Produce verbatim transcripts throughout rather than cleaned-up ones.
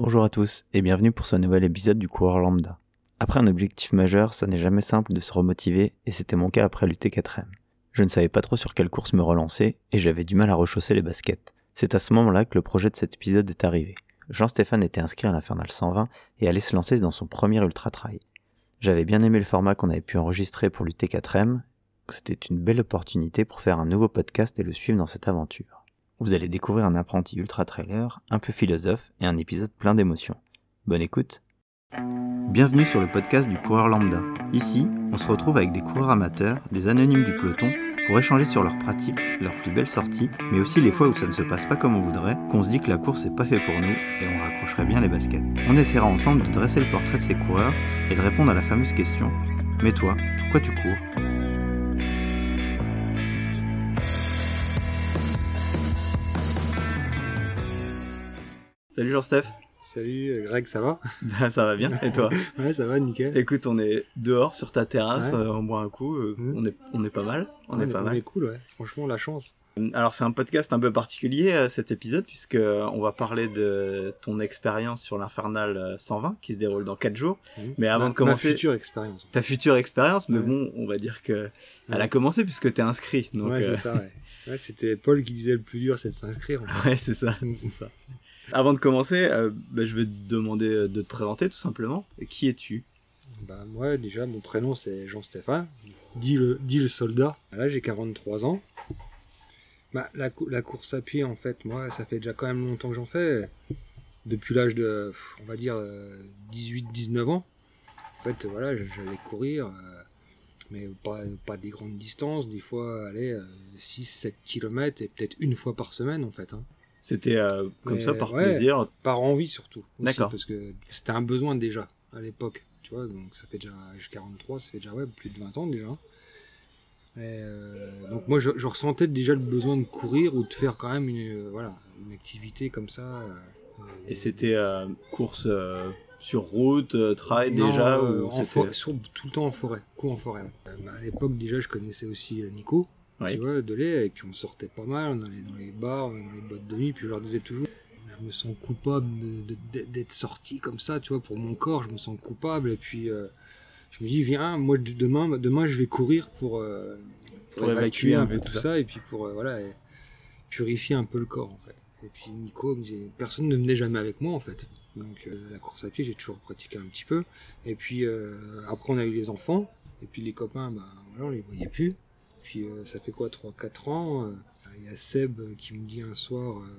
Bonjour à tous et bienvenue pour ce nouvel épisode du coureur lambda. Après un objectif majeur, ça n'est jamais simple de se remotiver et c'était mon cas après l'U T quatre M. Je ne savais pas trop sur quelle course me relancer et j'avais du mal à rechausser les baskets. C'est à ce moment-là que le projet de cet épisode est arrivé. Jean-Stéphane était inscrit à l'Infernal cent vingt et allait se lancer dans son premier ultra-trail. J'avais bien aimé le format qu'on avait pu enregistrer pour l'U T quatre M, c'était une belle opportunité pour faire un nouveau podcast et le suivre dans cette aventure. Vous allez découvrir un apprenti ultra-trailer, un peu philosophe et un épisode plein d'émotions. Bonne écoute. Bienvenue sur le podcast du coureur lambda. Ici, on se retrouve avec des coureurs amateurs, des anonymes du peloton, pour échanger sur leurs pratiques, leurs plus belles sorties, mais aussi les fois où ça ne se passe pas comme on voudrait, qu'on se dit que la course n'est pas fait pour nous et on raccrocherait bien les baskets. On essaiera ensemble de dresser le portrait de ces coureurs et de répondre à la fameuse question « Mais toi, pourquoi tu cours ?» Salut Jean-Steph. Salut Greg, ça va? Ben, ça va bien, et toi? Ouais, ça va, nickel. Écoute, on est dehors sur ta terrasse, Ouais. euh, on boit un coup, euh, mmh. on, est, on est pas mal, on ouais, est pas on mal. est cool, ouais. Franchement, la chance. Alors c'est un podcast un peu particulier euh, cet épisode, puisque euh, on va parler de ton expérience sur l'Infernal cent vingt, qui se déroule dans quatre jours. Mmh. Mais avant ma, de commencer... Ma future expérience. Ta future expérience, mais ouais. bon, on va dire que ouais. elle a commencé puisque t'es inscrit. Donc, ouais, euh... c'est ça, ouais. ouais. C'était Paul qui disait le plus dur, c'est de s'inscrire. En fait. Ouais, c'est ça, c'est ça. Avant de commencer, euh, bah, je vais te demander de te présenter tout simplement. Qui es-tu? Bah moi, déjà, mon prénom c'est Jean-Stéphane, dit le, dit le soldat. Là, j'ai quarante-trois ans. Bah, la, la course à pied, en fait, moi, ça fait déjà quand même longtemps que j'en fais. Depuis l'âge de, on va dire, dix-huit dix-neuf ans. En fait, voilà, j'allais courir, euh, mais pas, pas des grandes distances. Des fois, aller euh, six sept kilomètres et peut-être une fois par semaine, en fait. Hein. C'était euh, comme mais ça, par ouais, plaisir? Par envie, surtout. Aussi, D'accord. Parce que c'était un besoin déjà, à l'époque. Tu vois, donc ça fait déjà, j'ai quarante-trois, ça fait déjà ouais, plus de vingt ans déjà. Et euh, donc moi, je, je ressentais déjà le besoin de courir ou de faire quand même une, euh, voilà, une activité comme ça. Euh, Et c'était euh, course euh, sur route, euh, trail non, déjà euh, ou en for- sur, tout le temps en forêt, coup en forêt. Ouais. Euh, bah, à l'époque, déjà, je connaissais aussi euh, Nico, ouais. Tu vois, de lait, et puis on sortait pas mal, on allait dans les bars, on allait dans les boîtes de nuit, puis je leur disais toujours, je me sens coupable de, de, d'être sorti comme ça, tu vois, pour mon corps, je me sens coupable, et puis... Euh, je me dis, viens, moi demain, demain je vais courir pour, euh, pour, pour évacuer, évacuer un peu tout ça. ça, et puis pour euh, voilà, purifier un peu le corps en fait. Et puis Nico me disait, personne ne venait jamais avec moi en fait. Donc euh, la course à pied, j'ai toujours pratiqué un petit peu. Et puis euh, après on a eu les enfants, et puis les copains, bah, voilà, on les voyait plus. Puis euh, ça fait quoi, trois quatre ans, il euh, y a Seb qui me dit un soir, euh,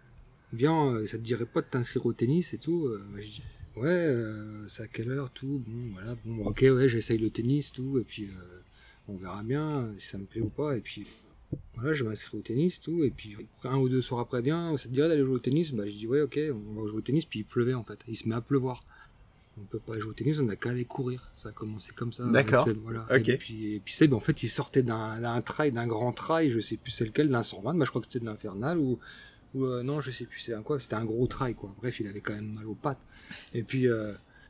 viens, ça te dirait pas de t'inscrire au tennis et tout. euh, bah, je dis, ouais, euh, c'est à quelle heure, tout, bon, voilà, bon, ok, ouais, j'essaye le tennis, tout, et puis euh, on verra bien si ça me plaît ou pas, et puis voilà, je m'inscris au tennis, tout, et puis un ou deux soirs après, bien, ça te dirait d'aller jouer au tennis? Bah, je dis, ouais, ok, on va jouer au tennis, puis il pleuvait en fait, il se met à pleuvoir. On peut pas jouer au tennis, on a qu'à aller courir, ça a commencé comme ça. D'accord, Seb, voilà. ok. Et puis, et puis Seb, en fait, il sortait d'un, d'un trail, d'un grand trail, je sais plus c'est lequel, d'un cent vingt, bah, je crois que c'était de l'Infernal, ou... Ou euh, non, je sais plus c'est un quoi, c'était un gros trail quoi. Bref, il avait quand même mal aux pattes. Et puis euh,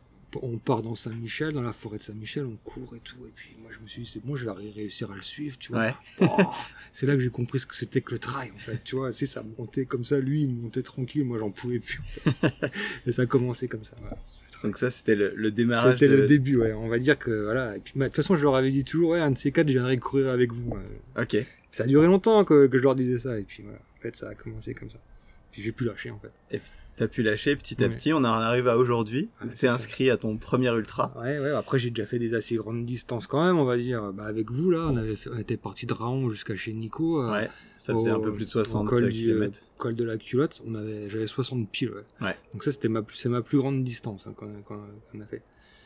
on part dans Saint-Michel, dans la forêt de Saint-Michel, on court et tout. Et puis moi je me suis dit c'est bon, je vais réussir à le suivre, tu vois. Ouais. Oh, c'est là que j'ai compris ce que c'était que le trail en fait, tu vois. C'est ça montait comme ça, lui il montait tranquille, moi j'en pouvais plus. En fait. Et ça a commencé comme ça. Voilà. Donc ça c'était le, le démarrage. C'était de... le début, ouais. On va dire que voilà. Et puis bah, de toute façon je leur avais dit toujours, ouais, un de ces quatre, je viendrai courir avec vous. Ouais. Ok. Ça a duré longtemps que, que je leur disais ça. Et puis voilà. En fait, ça a commencé comme ça. Puis j'ai pu lâcher en fait. Et t'as pu lâcher petit à ouais. petit, on en arrive à aujourd'hui, où ouais, t'es inscrit ça. À ton premier ultra. Ouais, ouais, après j'ai déjà fait des assez grandes distances quand même, on va dire. Bah, avec vous là, on, avait fait, on était parti de Raon jusqu'à chez Nico. Euh, ouais, ça faisait au, un peu plus de soixante col kilomètres. Du, euh, col de la culotte, on avait, j'avais soixante piles, ouais. ouais. Donc ça c'était ma, c'est ma plus grande distance hein, qu'on, qu'on, qu'on a fait.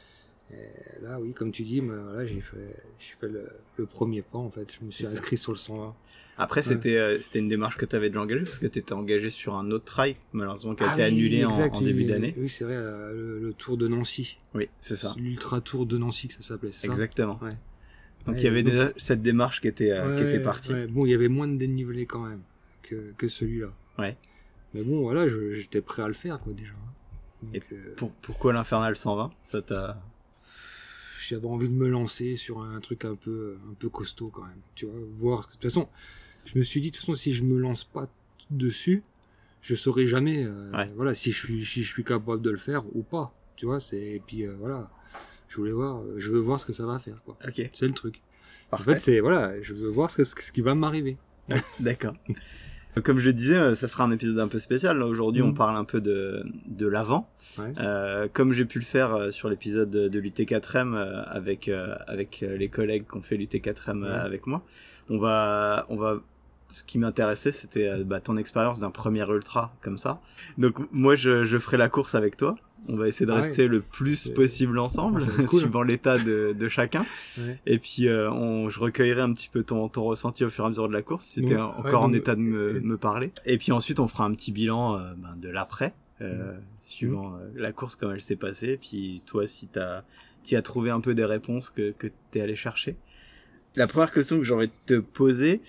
Et là, oui, comme tu dis, bah, voilà, j'ai fait, j'ai fait le, le premier pas en fait. Je me suis c'est inscrit ça. Sur le cent vingt. Après, c'était, ouais. euh, c'était une démarche que tu avais déjà engagée, parce que tu étais engagé sur un autre trail, malheureusement, qui a ah, été oui, annulé en, en début d'année. Oui, c'est vrai, euh, le, le Tour de Nancy. Oui, c'est ça. C'est l'Ultra Tour de Nancy que ça s'appelait, c'est ça? Exactement. Ouais. Donc ouais, il y avait donc... déjà cette démarche qui était, euh, ouais, qui était partie. Ouais. Bon, il y avait moins de dénivelé quand même que, que celui-là. Ouais. Mais bon, voilà, je, j'étais prêt à le faire, quoi, déjà. Donc, Et euh... pour, pourquoi l'Infernal cent vingt? Ça t'a... J'avais envie de me lancer sur un truc un peu, un peu costaud quand même, tu vois, voir. De toute façon, je me suis dit, de toute façon, si je me lance pas dessus, je saurais jamais euh, ouais. voilà, si je, suis, si je suis capable de le faire ou pas. Tu vois, c'est... Et puis euh, voilà, je voulais voir, je veux voir ce que ça va faire, quoi. Okay. C'est le truc. Parfait. En fait, c'est, voilà, je veux voir ce, que, ce qui va m'arriver. D'accord. Comme je le disais, ça sera un épisode un peu spécial. Là, aujourd'hui, mmh. on parle un peu de, de l'avant. Ouais. Euh, comme j'ai pu le faire sur l'épisode de l'U T quatre M avec, euh, avec les collègues qui ont fait l'U T quatre M ouais. avec moi, on va, on va... ce qui m'intéressait, c'était bah, ton expérience d'un premier ultra comme ça. Donc moi, je, je ferai la course avec toi. On va essayer de ah rester ouais. le plus c'est... possible ensemble, ouais, cool. suivant l'état de, de chacun. Ouais. Et puis, euh, on, je recueillerai un petit peu ton, ton ressenti au fur et à mesure de la course, si tu es encore ouais, en nous... état de me, et... me parler. Et puis ensuite, on fera un petit bilan euh, ben, de l'après, euh, mmh. suivant euh, la course, comment elle s'est passée. Puis toi, si tu as trouvé un peu des réponses que, que tu es allé chercher. La première question que j'ai envie de te poser,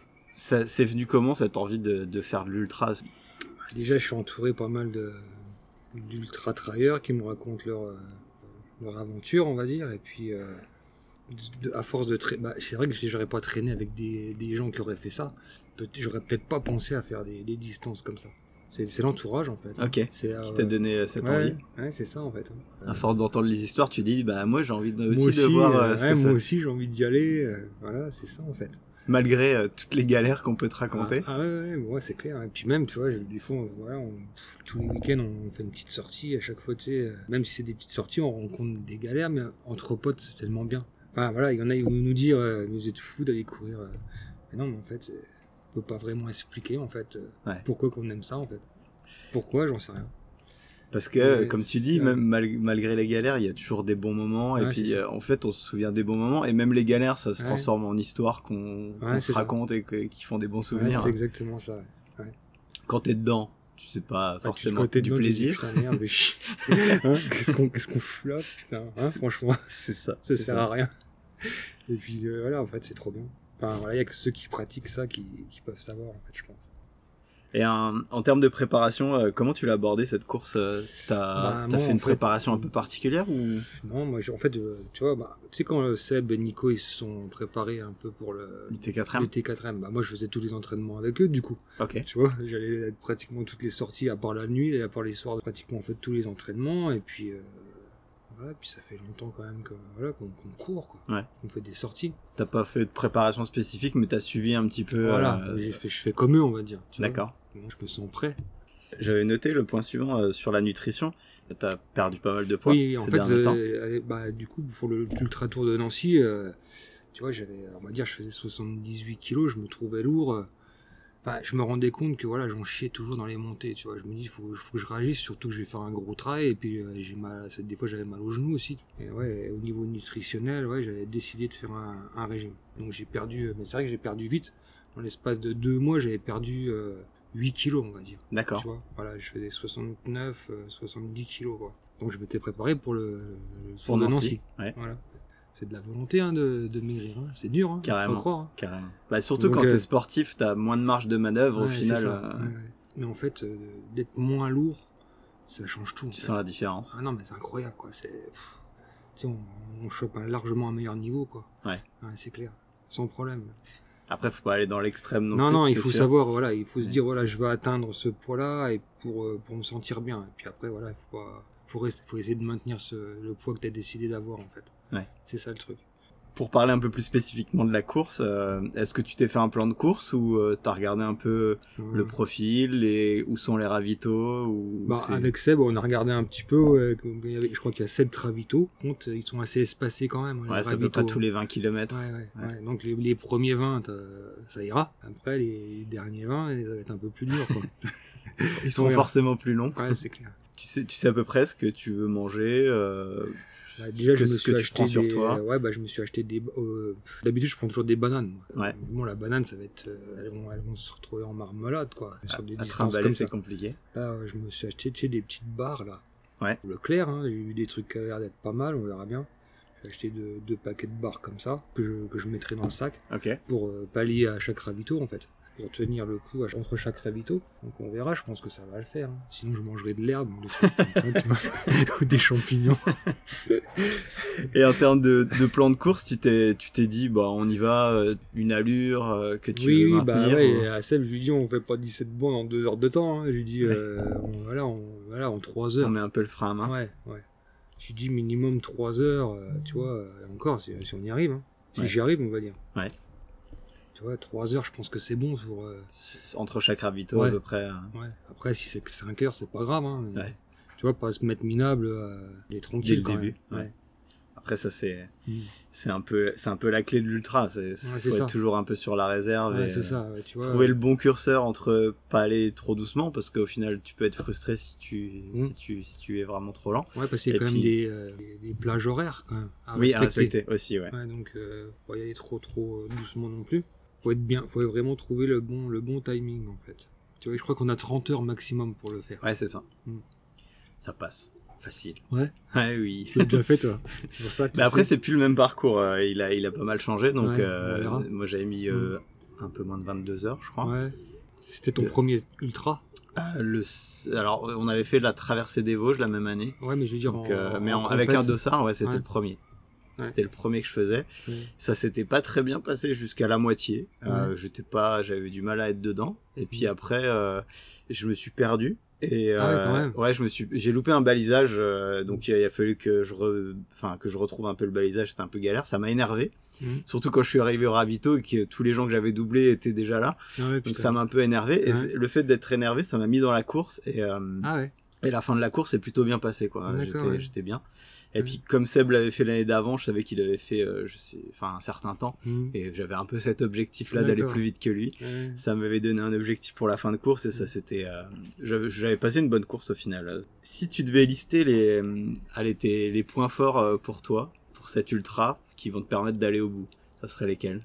ça, c'est venu comment, cette envie de, de faire de l'ultra? Déjà, je suis entouré pas mal de... d'ultra trailleurs qui me racontent leur, euh, leur aventure, on va dire, et puis euh, de, à force de traîner, bah, c'est vrai que j'aurais pas traîné avec des, des gens qui auraient fait ça, Peut- j'aurais peut-être pas pensé à faire des, des distances comme ça. C'est, c'est l'entourage en fait. Ok. C'est, euh, qui t'a donné cette ouais, envie. Ouais, c'est ça en fait. À euh, force d'entendre les histoires, tu dis bah moi j'ai envie de, aussi, aussi de voir euh, euh, ce ouais, que moi ça... aussi j'ai envie d'y aller. Euh, voilà, c'est ça en fait. Malgré euh, toutes les galères qu'on peut te raconter. Ah, ah ouais, ouais, ouais, c'est clair. Et puis même, tu vois, des fois, on, voilà, on, pff, tous les week-ends, on fait une petite sortie. À chaque fois, tu sais, euh, même si c'est des petites sorties, on rencontre des galères, mais entre potes, c'est tellement bien. Enfin, voilà, il y en a, ils vont nous dire, euh, vous êtes fous d'aller courir. Euh. Mais non, mais en fait, on peut pas vraiment expliquer, en fait, euh, ouais. pourquoi qu'on aime ça, en fait. Pourquoi, j'en sais rien. Parce que, ouais, comme tu dis, même mal, malgré les galères, il y a toujours des bons moments. Et ouais, puis, euh, en fait, on se souvient des bons moments. Et même les galères, ça se ouais. transforme en histoire qu'on, ouais, qu'on se raconte ça. Et que, qui font des bons souvenirs. Ouais, c'est exactement ça. Ouais. Quand t'es dedans, tu sais pas forcément quand t'es du dedans, plaisir. Tu dis, putain, merde, mais hein, qu'est-ce, qu'on, qu'est-ce qu'on fout là, putain, hein, franchement, c'est ça. Ça c'est sert ça. à rien. Et puis, euh, voilà, en fait, c'est trop bien. Enfin, voilà, il y a que ceux qui pratiquent ça qui, qui peuvent savoir, en fait, je pense. Et en, en termes de préparation, euh, comment tu l'as abordé cette course? T'as, bah, t'as moi, fait une fait, préparation un peu particulière ou? Non, moi, en fait, euh, tu vois, bah, tu sais quand euh, Seb et Nico ils se sont préparés un peu pour le T quatre M, le T quatre M, bah moi je faisais tous les entraînements avec eux du coup. Ok. Tu vois, j'allais pratiquement toutes les sorties à part la nuit et à part les soirs, pratiquement en fait tous les entraînements et puis euh, voilà, puis ça fait longtemps quand même que voilà qu'on, qu'on court quoi. Ouais. On fait des sorties. T'as pas fait de préparation spécifique, mais t'as suivi un petit peu. Voilà, euh... j'ai fait, je fais comme eux on va dire. D'accord. Vois. Je me sens prêt. J'avais noté le point suivant euh, sur la nutrition. T'as perdu pas mal de poids. Oui, en ces fait, derniers temps. Euh, bah, du coup, pour le l'ultra tour de Nancy, euh, tu vois, j'avais, on va dire, je faisais soixante-dix-huit kilos, je me trouvais lourd. Euh, enfin, je me rendais compte que voilà, j'en chiais toujours dans les montées. Tu vois, je me dis, il faut, faut que je réagisse, surtout que je vais faire un gros trail. Et puis, euh, j'ai mal, des fois, j'avais mal aux genoux aussi. Et ouais, au niveau nutritionnel, ouais, j'avais décidé de faire un, un régime. Donc, j'ai perdu, mais c'est vrai que j'ai perdu vite. En l'espace de deux mois, j'avais perdu euh, huit kilos, on va dire. D'accord. Tu vois, voilà, je faisais soixante-neuf, soixante-dix kilos, quoi. Donc je m'étais préparé pour le, le pour Nancy. Nancy. Ouais. Voilà. C'est de la volonté hein, de, de maigrir. Hein. C'est dur, hein, carrément. faut pas croire. Hein. Carrément. Bah, surtout Donc, quand euh... t'es sportif, t'as moins de marge de manœuvre ouais, au final. C'est ça. Euh... Ouais, ouais. Mais en fait, euh, d'être moins lourd, ça change tout. Tu sens la différence. Ah non, mais c'est incroyable, quoi. C'est... Tu sais, on, on chope un, largement un meilleur niveau, quoi. Ouais. Ouais, c'est clair. Sans problème. Après, faut pas aller dans l'extrême non, non plus. Non, non, il faut sûr. savoir, voilà, il faut se ouais. dire, voilà, je veux atteindre ce poids-là et pour, euh, pour me sentir bien. Et puis après, voilà, il faut pas, faut, rester, faut essayer de maintenir ce, le poids que tu as décidé d'avoir, en fait. Ouais. C'est ça le truc. Pour parler un peu plus spécifiquement de la course, euh, est-ce que tu t'es fait un plan de course ou euh, t'as regardé un peu mmh. le profil, les, où sont les ravitaux ou bah, avec Seb, on a regardé un petit peu, euh, je crois qu'il y a sept ravitaux, compte, ils sont assez espacés quand même. Ouais, ça peut pas tous les vingt kilomètres. Ouais, ouais, ouais. Ouais. Donc les, les premiers vingt, euh, ça ira. Après, les derniers vingt, ça va être un peu plus dur. Quoi. Ils sont ouais. forcément plus longs. Ouais, c'est clair. Tu sais, tu sais à peu près ce que tu veux manger euh... Bah, déjà, je me suis que acheté des... sur toi. Ouais, bah, je me suis acheté des. Euh... D'habitude, je prends toujours des bananes. Moi. Ouais. Bon, la banane, ça va être. Elles vont, elles vont se retrouver en marmelade, quoi. À, sur des à trimballer, c'est compliqué. Là, je me suis acheté, tu sais, des petites barres là. Ouais. Leclerc, hein, j'ai eu des trucs qui avaient l'air d'être pas mal, on verra bien. J'ai acheté deux, deux paquets de barres comme ça que je, que je mettrai dans le sac. Okay. Pour euh, pallier à chaque ravito, en fait. pour tenir le coup entre chaque ravito. Donc on verra, je pense que ça va le faire. Hein. Sinon je mangerai de l'herbe ou des, trucs comme ça, tu vois, ou des champignons. Et en termes de, de plan de course, tu t'es, tu t'es dit, bah, on y va, euh, une allure euh, que tu oui, veux oui, maintenir. bah ouais, ou... et à Seb, je lui dis, on fait pas dix-sept bornes en deux heures de temps. Hein. Je lui dis, euh, on, voilà, on, voilà, en trois heures. On met un peu le frein à main. Ouais, ouais. Je lui dis minimum trois heures, euh, tu vois, euh, encore, si, si on y arrive. Hein. Si ouais. j'y arrive, on va dire. Ouais. Tu vois, trois heures, je pense que c'est bon pour... Euh... Entre chaque ravito, ouais. à peu près. Euh... Ouais. Après, si c'est que cinq heures, c'est pas grave. Hein, mais... ouais. Tu vois, pas se mettre minable, euh, il est tranquille. Dès le quand début. Même. Ouais. Ouais. Après, ça, c'est, mmh. c'est, un peu, c'est un peu la clé de l'ultra. Il ouais, faut être toujours un peu sur la réserve. Ouais, et, c'est ça, ouais, tu vois, trouver ouais. le bon curseur entre pas aller trop doucement, parce qu'au final, tu peux être frustré si tu, mmh. si tu, si tu es vraiment trop lent. Ouais, parce qu'il y a et quand puis... même des, euh, des, des plages horaires, quand même. À oui, respecter. à respecter aussi, ouais. ouais donc, euh, faut pas y aller trop, trop doucement non plus. Faut être bien, faut vraiment trouver le bon, le bon timing, en fait. Tu vois, je crois qu'on a trente heures maximum pour le faire. Ouais, c'est ça. Mmh. Ça passe. Facile. Ouais. Ouais, oui. Tu l'as déjà fait, toi. C'est pour ça que bah après, c'est plus le même parcours. Euh, il, a, il a pas mal changé. Donc, ouais, euh, moi, j'avais mis euh, mmh. un peu moins de vingt-deux heures, je crois. Ouais. C'était ton le... premier ultra euh, le... Alors, on avait fait la traversée des Vosges la même année. Ouais, mais je veux dire, donc, en, euh, mais en, en avec un dossard, ouais, c'était ouais. le premier. Ouais. C'était le premier que je faisais. Ouais. Ça s'était pas très bien passé jusqu'à la moitié. Ouais. Euh, j'étais pas, j'avais du mal à être dedans. Et puis après, euh, je me suis perdu. Et ah ouais, euh, quand même. ouais, je me suis, j'ai loupé un balisage, euh, donc il a, il a fallu que je, re, enfin que je retrouve un peu le balisage. C'était un peu galère, ça m'a énervé. Mmh. Surtout quand je suis arrivé au ravito et que tous les gens que j'avais doublés étaient déjà là. Ah ouais, donc ça m'a un peu énervé. Et ouais. le fait d'être énervé, ça m'a mis dans la course. Et, euh, ah ouais. et la fin de la course est plutôt bien passée, quoi. J'étais, ouais. j'étais bien. Et mmh. puis comme Seb l'avait fait l'année d'avant, je savais qu'il avait fait, euh, je sais, enfin un certain temps, mmh. et j'avais un peu cet objectif-là d'aller plus vite que lui. Ouais. Ça m'avait donné un objectif pour la fin de course et ça c'était, euh, j'avais, j'avais passé une bonne course au final. Si tu devais lister les, allez, tes, les points forts pour toi, pour cet ultra, qui vont te permettre d'aller au bout, ça serait lesquels?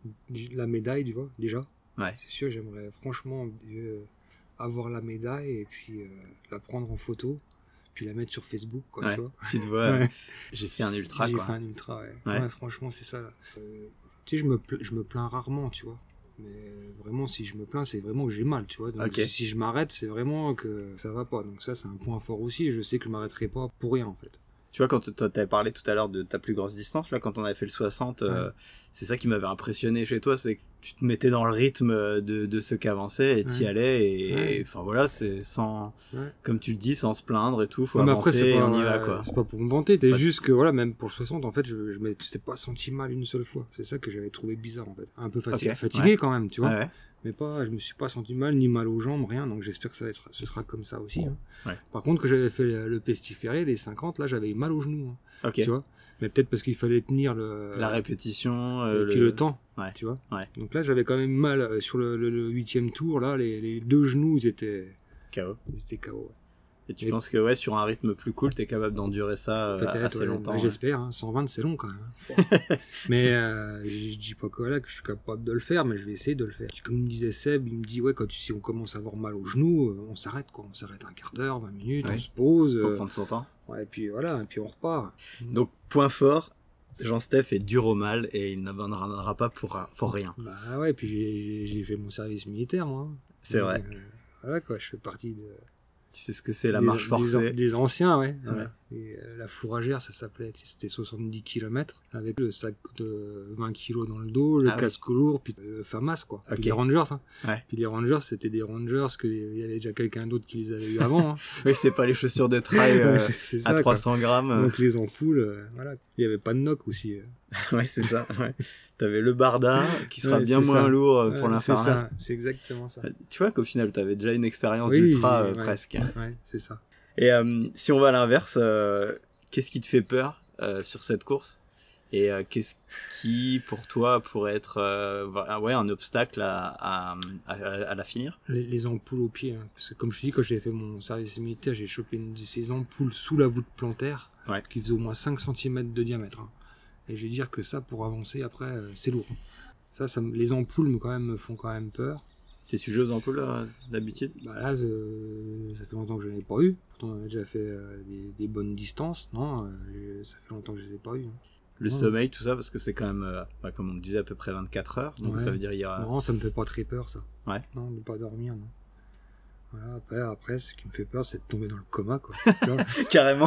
La médaille, tu vois, déjà. Ouais. C'est sûr, j'aimerais franchement euh, avoir la médaille et puis euh, la prendre en photo. Puis la mettre sur Facebook, quoi, ouais, tu vois. Tu te vois, ouais. J'ai fait un ultra, j'ai quoi. J'ai fait un ultra, ouais. Ouais, ouais franchement, c'est ça, là. Euh, tu sais, je me, pla- je me plains rarement, tu vois. Mais vraiment, si je me plains, c'est vraiment que j'ai mal, tu vois. Donc, okay. si je m'arrête, c'est vraiment que ça va pas. Donc ça, c'est un point fort aussi. Je sais que je m'arrêterai pas pour rien, en fait. Tu vois, quand tu avais parlé tout à l'heure de ta plus grosse distance, là, quand on avait fait le soixante, ouais. euh, c'est ça qui m'avait impressionné chez toi, c'est que tu te mettais dans le rythme de, de ce qu'avançait et t'y ouais. allais, et enfin ouais. voilà, c'est sans, ouais. comme tu le dis, sans se plaindre et tout, faut ouais, avancer après, et pas, on y va, quoi. C'est pas pour me vanter, t'es juste que, voilà, même pour le soixante, en fait, je, je m'étais pas senti mal une seule fois. C'est ça que j'avais trouvé bizarre, en fait. Un peu fatigué, okay. fatigué ouais. quand même, tu vois. Ouais, ouais. Mais pas, je me suis pas senti mal, ni mal aux jambes, rien, donc j'espère que ça va être, ce sera comme ça aussi. Hein. Ouais. Par contre, que j'avais fait le, le pestiféré, les cinquante, là, j'avais eu mal aux genoux. Hein. Okay. Tu vois, mais peut-être parce qu'il fallait tenir le la répétition euh, et puis le, le temps, ouais. tu vois. Ouais. Donc là, j'avais quand même mal euh, sur le, le, le huitième tour, là, les, les deux genoux, ils étaient K O. Ils étaient K O. Ouais. Et tu et penses que ouais, sur un rythme plus cool, t'es capable d'endurer ça euh, assez ouais, longtemps. Bah, ouais. J'espère, hein, cent vingt c'est long quand même. Bon. mais euh, je dis pas que, voilà, que je suis capable de le faire, mais je vais essayer de le faire. Comme me disait Seb, il me dit ouais, quand tu, si on commence à avoir mal aux genoux, euh, on s'arrête quoi, on s'arrête un quart d'heure, vingt minutes, ouais. on se pose. Faut euh, prendre son temps. Ouais, et puis voilà, et puis on repart. Donc point fort. Jean-Steph est dur au mal et il n'abandonnera pas pour, pour rien. Bah ouais, puis j'ai, j'ai fait mon service militaire moi. C'est donc, vrai. Euh, voilà quoi, je fais partie de. Tu sais ce que c'est la des, marche forcée. Des, des anciens, ouais. ouais. ouais. Et, euh, la fourragère, ça s'appelait. C'était soixante-dix kilomètres avec le sac de vingt kilos dans le dos, le ah casque oui. lourd, puis euh, FAMAS, quoi. Okay. Puis les Rangers, hein. Ouais. Puis les Rangers, c'était des Rangers, qu'il y avait déjà quelqu'un d'autre qui les avait eu avant. Hein. Oui, c'est pas les chaussures de trail euh, c'est, c'est ça, à trois cents grammes. Donc les ampoules, euh, voilà. Il y avait pas de noc aussi. Euh. Ouais, c'est ça. Ouais. T'avais le Barda qui sera ouais, bien moins ça. lourd pour ouais, l'infernal. C'est ça, c'est exactement ça. Tu vois qu'au final, t'avais déjà une expérience oui, d'ultra euh, ouais, presque. Ouais, c'est ça. Et euh, si on va à l'inverse, euh, qu'est-ce qui te fait peur euh, sur cette course? Et euh, qu'est-ce qui, pour toi, pourrait être euh, ouais, un obstacle à, à, à, à la finir? les, les ampoules aux pieds. Hein. Parce que comme je te dis, quand j'ai fait mon service militaire, j'ai chopé une de ces ampoules sous la voûte plantaire ouais. qui faisait au moins cinq centimètres de diamètre. Hein. Et je vais dire que ça, pour avancer, après, euh, c'est lourd. Ça, ça, les ampoules me, quand même, me font quand même peur. T'es sujet aux ampoules là, d'habitude? Bah là, euh, ça fait longtemps que je n'en ai pas eu. Pourtant, on a déjà fait euh, des, des bonnes distances. Non, euh, ça fait longtemps que je ne les ai pas eu. Hein. le ouais. sommeil, tout ça, parce que c'est quand même, euh, bah, comme on le disait, à peu près vingt-quatre heures. Donc ouais. ça veut dire il y a... Non, ça me fait pas très peur, ça. Ouais. Non, de pas dormir, non. Voilà, après, après, ce qui me fait peur, c'est de tomber dans le coma, quoi. Carrément.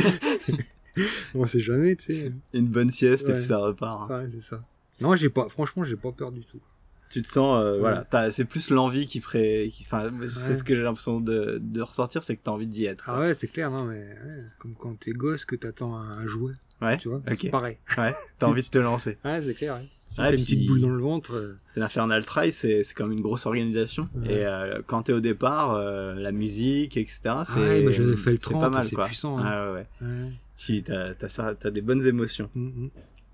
On sait jamais, tu sais. Une bonne sieste, ouais. et puis ça repart. Hein. Ouais, c'est ça. Non, j'ai pas, franchement, j'ai pas peur du tout. Tu te sens, euh, ouais. voilà, t'as, c'est plus l'envie qui pré... Qui, enfin, ouais. c'est ce que j'ai l'impression de, de ressortir, c'est que t'as envie d'y être. Ah ouais, c'est clair, non, mais ouais. Comme quand t'es gosse, que t'attends un, un jouet. Ouais. Tu vois, okay. c'est pareil. Ouais, t'as envie de te lancer. Ouais, c'est clair, ouais. Si ouais, t'as puis... une petite boule dans le ventre. Euh... L'Infernal Trail, c'est, c'est comme une grosse organisation. Ouais. Et euh, quand t'es au départ, euh, la musique, et cetera, c'est, ah ouais, bah j'avais fait le trente, c'est pas mal, c'est quoi. puissant. Hein. Ah ouais, ouais. ouais. Tu, t'as, t'as, ça, t'as des bonnes émotions. Mm-hmm.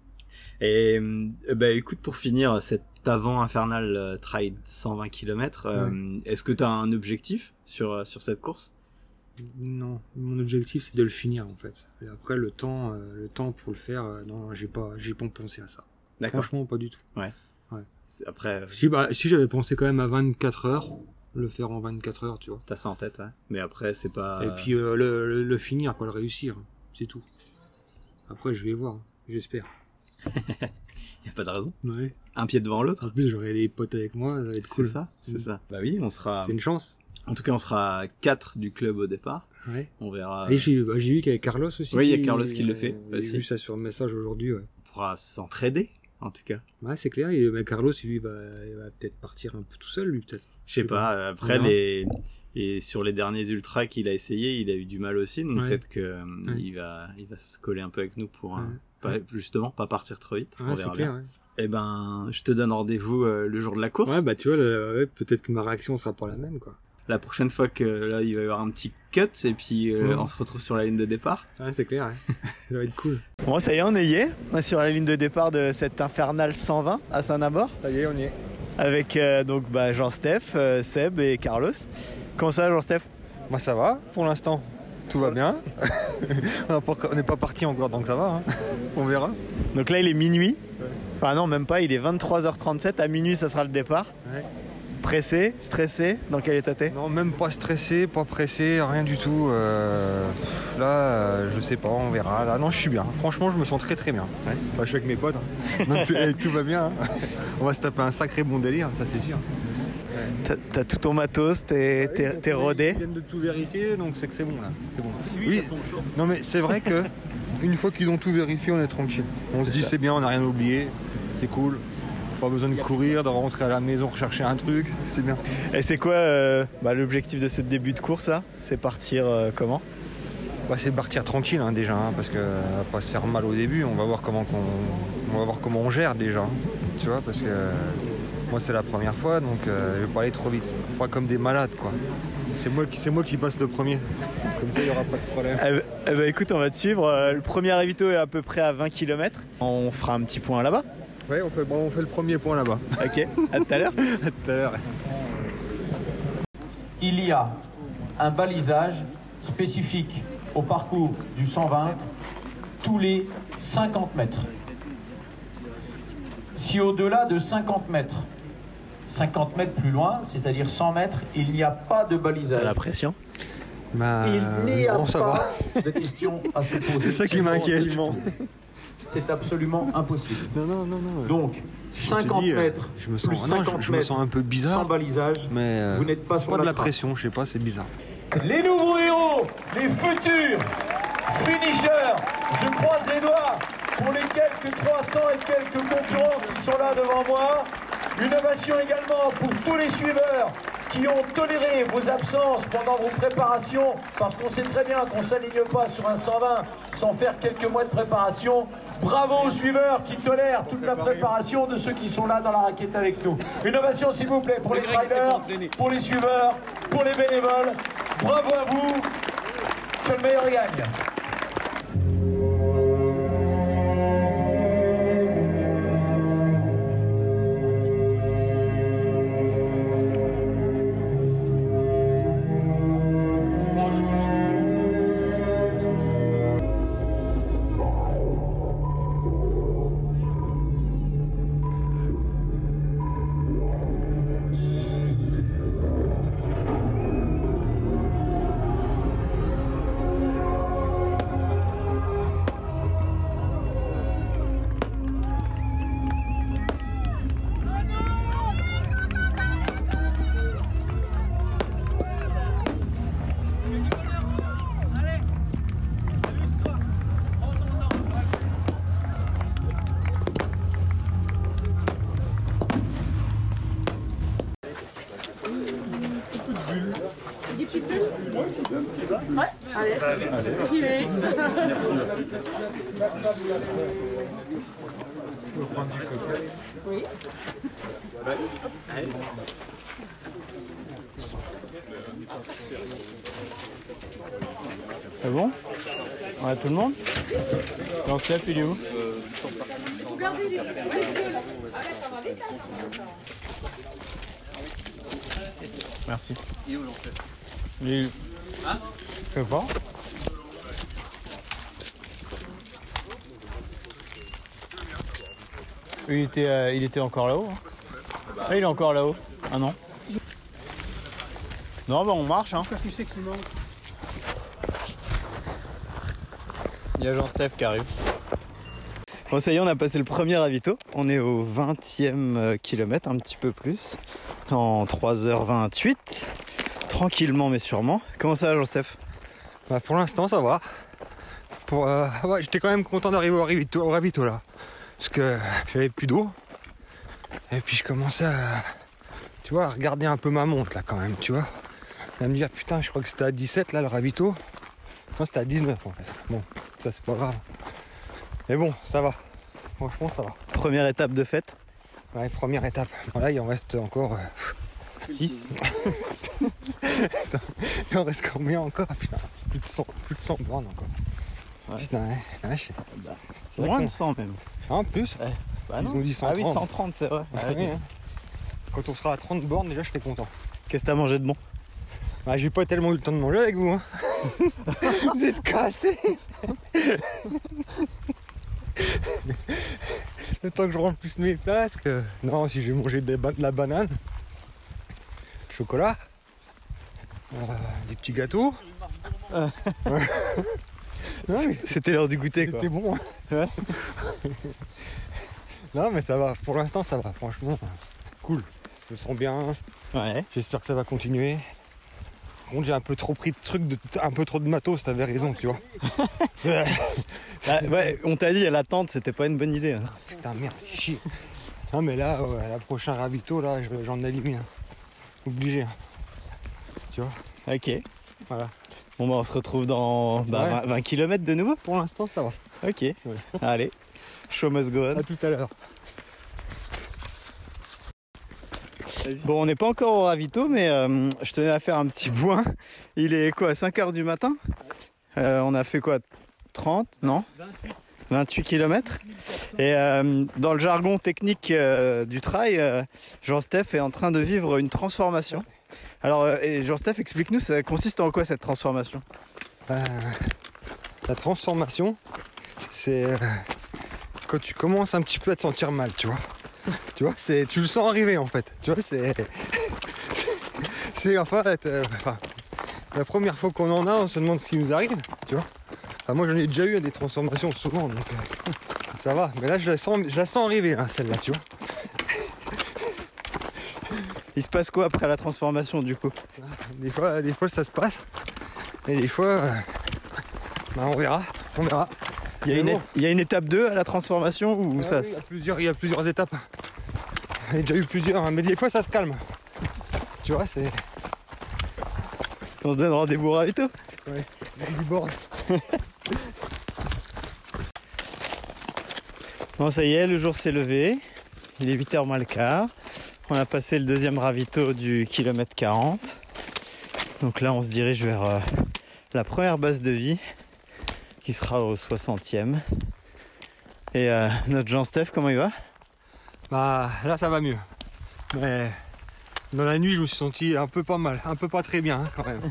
Et bah, écoute, pour finir cet avant Infernal Trail cent vingt kilomètres, ouais. euh, est-ce que tu as un objectif sur, sur cette course ? Non, mon objectif c'est de le finir en fait. Et après le temps, euh, le temps pour le faire, euh, non, j'ai pas, j'ai pas pensé à ça. D'accord. Franchement, pas du tout. Ouais. ouais. Après. Si, bah, si j'avais pensé quand même à vingt-quatre heures, le faire en vingt-quatre heures, tu vois. T'as ça en tête, ouais. Mais après c'est pas. Et puis euh, le, le, le finir, quoi, le réussir, c'est tout. Après je vais voir, j'espère. Y a pas de raison. Ouais. Un pied devant l'autre. En plus, j'aurai des potes avec moi, ça va être cool. C'est ça, c'est mmh. ça. Bah oui, on sera. C'est une chance. En tout cas, on sera quatre du club au départ. Ouais. On verra. Et j'ai, bah, j'ai vu qu'il y avait Carlos aussi. Oui, il y a Carlos qui le fait. J'ai vu ça sur le message aujourd'hui. Ouais. On pourra s'entraider, en tout cas. Ouais, c'est clair. Et, bah, Carlos, lui, va, il va peut-être partir un peu tout seul, lui, peut-être. Je sais pas. pas. Après, les. Et sur les derniers ultras qu'il a essayé, il a eu du mal aussi, donc ouais. peut-être qu'il ouais. va, il va se coller un peu avec nous pour ouais. un, pas, justement pas partir trop vite. Ouais, on verra clair, bien. Ouais. Eh ben, je te donne rendez-vous euh, le jour de la course. Ouais, bah tu vois, le, ouais, peut-être que ma réaction sera pas la même, quoi. La prochaine fois que là, il va y avoir un petit cut et puis euh, ouais. on se retrouve sur la ligne de départ. Ouais, c'est clair. Ouais. Ça va être cool. Bon, ça y est, on est y est. On est sur la ligne de départ de cette Infernal cent vingt à Saint-Nabord. Ça y est, on y est. Avec euh, donc bah, Jean-Steph, euh, Seb et Carlos. Comment ça, Jean-Steph ? Bah ça va, pour l'instant. Tout va bien. On n'est pas parti encore, donc ça va. Hein. On verra. Donc là, il est minuit. Ouais. Enfin non, même pas, il est vingt-trois heures trente-sept. À minuit, ça sera le départ. Ouais. Pressé, stressé, dans quel état t'es ? Non, même pas stressé, pas pressé, rien du tout. Euh, là, euh, je sais pas, on verra. Là, non, je suis bien. Franchement, je me sens très très bien. Ouais. Bah, je suis avec mes potes. Hein. Donc tout, tout va bien. Hein. On va se taper un sacré bon délire, ça c'est sûr. T'as, t'as tout ton matos, t'es, ah oui, t'es, t'es rodé. Ils viennent de tout vérifier, donc c'est que c'est bon là. C'est bon. Oui, non mais c'est vrai que une fois qu'ils ont tout vérifié, on est tranquille. On c'est se dit ça. C'est bien, on n'a rien oublié, c'est cool. Pas besoin de courir, de rentrer à la maison, rechercher un truc, c'est bien. Et c'est quoi euh, bah, l'objectif de ce début de course là ? C'est partir euh, comment ? Bah, c'est partir tranquille hein, déjà, hein, parce que euh, pas se faire mal au début. On va voir comment on, on va voir comment on gère déjà, hein, tu vois, parce que. Euh, Moi c'est la première fois donc euh, je vais pas aller trop vite. Pas comme des malades quoi. C'est moi qui, c'est moi qui passe le premier. Comme ça il y aura pas de problème. Eh ben, eh ben, écoute, on va te suivre. Euh, le premier ravito est à peu près à vingt kilomètres. On fera un petit point là-bas. Ouais, on fait, bon, on fait le premier point là-bas. Ok, à tout à l'heure. À tout à l'heure. Il y a un balisage spécifique au parcours du cent vingt tous les cinquante mètres. Si au-delà de cinquante mètres, cinquante mètres plus loin, c'est-à-dire cent mètres, il n'y a pas de balisage. T'as la pression ? Bah, il n'y a bon, ça pas va. de questions à se poser. C'est ça qui m'inquiète. C'est absolument impossible. Non, non, non, non. Donc, cinquante dis, mètres, je me sens, plus non, cinquante je, je me sens un peu bizarre. Sans balisage, mais euh, vous n'êtes pas c'est sur pas la de la trace. pression, je sais pas, c'est bizarre. Les nouveaux héros, les futurs finishers, je croise les doigts pour les quelques trois cents et quelques concurrents qui sont là devant moi. Une ovation également pour tous les suiveurs qui ont toléré vos absences pendant vos préparations, parce qu'on sait très bien qu'on ne s'aligne pas sur un cent vingt sans faire quelques mois de préparation. Bravo aux suiveurs qui tolèrent toute la préparation de ceux qui sont là dans la raquette avec nous. Une ovation s'il vous plaît pour les riders, pour les suiveurs, pour les bénévoles. Bravo à vous, que le meilleur gagne. Allez. On va prendre du coca. Oui. C'est bon? Ouais, tout le monde? Jean-Steph, il est où? Merci. Il est où Jean-Steph? Il est où? Hein? Je sais pas. Il était, euh, il était encore là-haut. Hein. Ah, il est encore là-haut. Ah non. Non, bah on marche. Hein. Tu sais qu'il manque. Il y a Jean-Steph qui arrive. Bon, ça y est, on a passé le premier ravito. On est au vingtième kilomètre, un petit peu plus. En trois heures vingt-huit. Tranquillement, mais sûrement. Comment ça va, Jean-Steph? Bah, pour l'instant, ça va. Pour, euh, ouais, j'étais quand même content d'arriver au ravito, au ravito là. Parce que j'avais plus d'eau. Et puis je commençais à, tu vois, à regarder un peu ma montre là quand même, tu vois. Et à me dire, putain, je crois que c'était à dix-sept là le ravito. Non, c'était à dix-neuf en fait. Bon, ça c'est pas grave. Mais bon, ça va. Franchement, ça va. Première étape de fête. Ouais, première étape. Bon, là, il en reste encore euh, six. Il en reste combien encore? Putain, plus de cent, plus de cent bornes encore. Ouais. Putain, ouais, ouais, je sais. Bah, c'est moins de cent même. Ah, en plus ouais. Bah ils non. ont dit cent trente. Ah oui, cent trente, c'est vrai. Ah, oui, hein. Quand on sera à trente bornes, déjà, je serai content. Qu'est-ce que t'as mangé de bon? Ah, j'ai pas tellement eu le temps de manger avec vous. Hein. Vous êtes cassés. Le temps que je remplisse mes flasques. Non, si j'ai mangé de la banane, chocolat, euh, des petits gâteaux. Euh. Ouais. C'était l'heure du goûter, quoi. C'était bon. Hein. Ouais. Non, mais ça va. Pour l'instant, ça va. Franchement, cool. Je me sens bien. Ouais. J'espère que ça va continuer. Par contre, j'ai un peu trop pris de trucs, de, un peu trop de matos. T'avais raison, tu vois. Bah, ouais, on t'a dit à l'attente, c'était pas une bonne idée. Hein. Putain, merde, chier. Non, mais là, ouais, la prochaine ravito, là, j'en élimine. Hein. Obligé. Hein. Tu vois. Ok. Voilà. Bon, bah, on se retrouve dans bah, ouais. vingt, vingt kilomètres de nouveau. Pour l'instant, ça va. Ok. Ouais. Allez. Show must go on. À tout à l'heure. Bon, on n'est pas encore au ravito, mais euh, je tenais à faire un petit point. Il est quoi, cinq heures du matin? euh, On a fait quoi, trente? Non, vingt-huit kilomètres. Et euh, dans le jargon technique euh, du trail, euh, Jean-Steph est en train de vivre une transformation. Alors, euh, et Jean-Steph, explique-nous, ça consiste en quoi cette transformation? euh, La transformation, c'est euh, quand tu commences un petit peu à te sentir mal, tu vois. Tu vois, c'est, tu le sens arriver en fait. Tu vois, c'est, c'est, c'est en fait, euh, enfin, la première fois qu'on en a, on se demande ce qui nous arrive, tu vois. Enfin, moi, j'en ai déjà eu des transformations souvent, donc euh, ça va. Mais là, je la sens, je la sens arriver, là, celle-là, tu vois. Il se passe quoi après la transformation, du coup? Des fois, des fois, ça se passe, et des fois, euh, bah, on verra, on verra. Il y, a une, bon. il y a une étape deux à la transformation ou ah, ça oui, il, y a plusieurs, il y a plusieurs étapes. Il y a déjà eu plusieurs, hein, mais des fois ça se calme. Tu vois, c'est. On se donne rendez-vous au ravito? Ouais, du bord. Bon, ça y est, le jour s'est levé. Il est huit heures moins le quart. On a passé le deuxième ravito du kilomètre quarante. Donc là, on se dirige vers euh, la première base de vie, qui sera au soixantième. Et euh, notre Jean-Steph, comment il va? Bah là ça va mieux. Mais dans la nuit je me suis senti un peu pas mal, un peu pas très bien hein, quand même.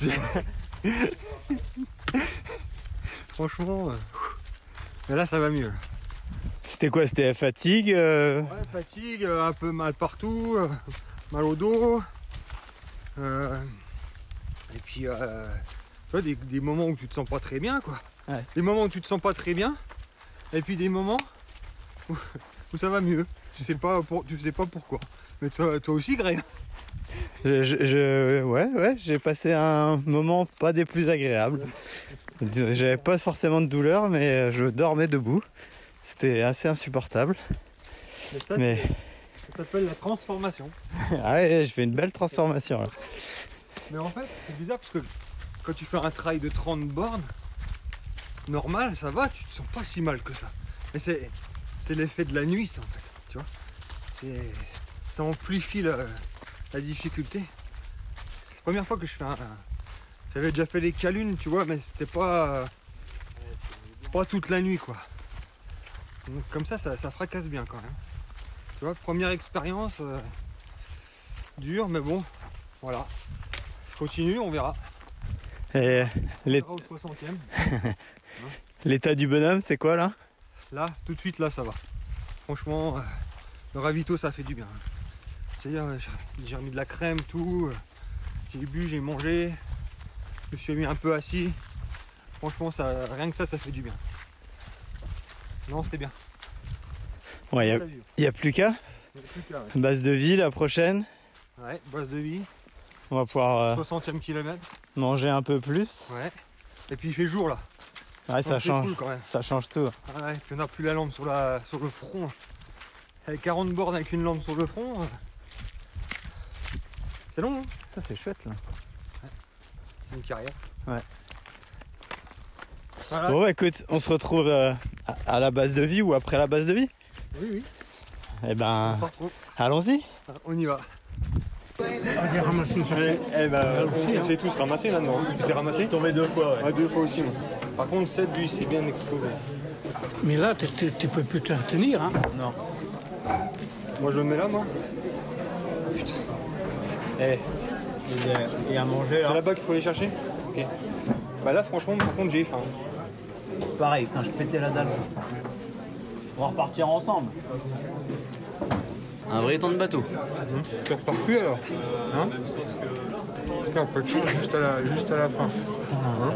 Franchement, euh... mais là ça va mieux. C'était quoi? C'était fatigue euh... Ouais, fatigue, un peu mal partout, euh, mal au dos. Euh... Et puis euh... tu vois, des, des moments où tu te sens pas très bien quoi. Ouais. Des moments où tu te sens pas très bien, et puis des moments où, où ça va mieux. Tu sais pas, pour, tu sais pas pourquoi. Mais toi, toi aussi, Greg. je, je, je, Ouais, ouais, j'ai passé un moment pas des plus agréables. J'avais pas forcément de douleur, mais je dormais debout. C'était assez insupportable. Mais ça, mais... ça s'appelle la transformation. Ah ouais, je fais une belle transformation là. Mais en fait, c'est bizarre parce que quand tu fais un trail de trente bornes, normal, ça va, tu te sens pas si mal que ça. Mais c'est, c'est l'effet de la nuit, ça, en fait, tu vois. C'est, ça amplifie la, la difficulté. C'est la première fois que je fais un... un j'avais déjà fait les calunes, tu vois, mais c'était pas... pas toute la nuit, quoi. Donc comme ça, ça, ça fracasse bien, quand même. Tu vois, première expérience, euh, dure, mais bon, voilà. Je continue, on verra. Et l'é- On verra au soixantième. l'état du bonhomme, c'est quoi là? Là, tout de suite, là, ça va. Franchement, euh, le ravito, ça fait du bien. C'est-à-dire, euh, j'ai- j'ai remis de la crème, tout. euh, J'ai bu, j'ai mangé. Je me suis mis un peu assis. Franchement, ça, rien que ça, ça fait du bien. Non, c'était bien. Ouais, il n'y a, a plus qu'à. Il y a plus qu'à, ouais. Base de vie la prochaine. Ouais, base de vie, On va pouvoir euh, soixantième kilomètre. manger un peu plus. Ouais. Et puis il fait jour là. Ouais, ça Donc, c'est change. cool quand même. Ça change tout. Ah ouais, puis on n'a plus la lampe sur, la, sur le front. Avec quarante bornes avec une lampe sur le front. euh, C'est long, hein. Ça c'est chouette là. C'est une carrière. Ouais. Voilà. Bon bah, écoute, on se retrouve euh, à, à la base de vie ou après la base de vie. Oui, oui. Eh ben, On se retrouve. allons-y. On y va. Eh, eh ben, on s'est tous ramassés là-dedans. Tu t'es ramassé? Je suis tombé deux fois, ouais. Ouais, deux fois aussi. Moi. Par contre, Seb, lui, il s'est bien explosé. Mais là, tu ne peux plus te retenir. Hein. Non. Moi, je le mets là, moi. Putain. Eh, Et, et à manger, c'est là. là-bas qu'il faut aller chercher? Ok. Bah là, franchement, par contre, j'ai faim. Pareil, quand je pétais la dalle. On va repartir ensemble. Un vrai temps de bateau. Tu repars plus alors? Hein? Putain, on peut le changer juste à la, juste à la fin. Hein?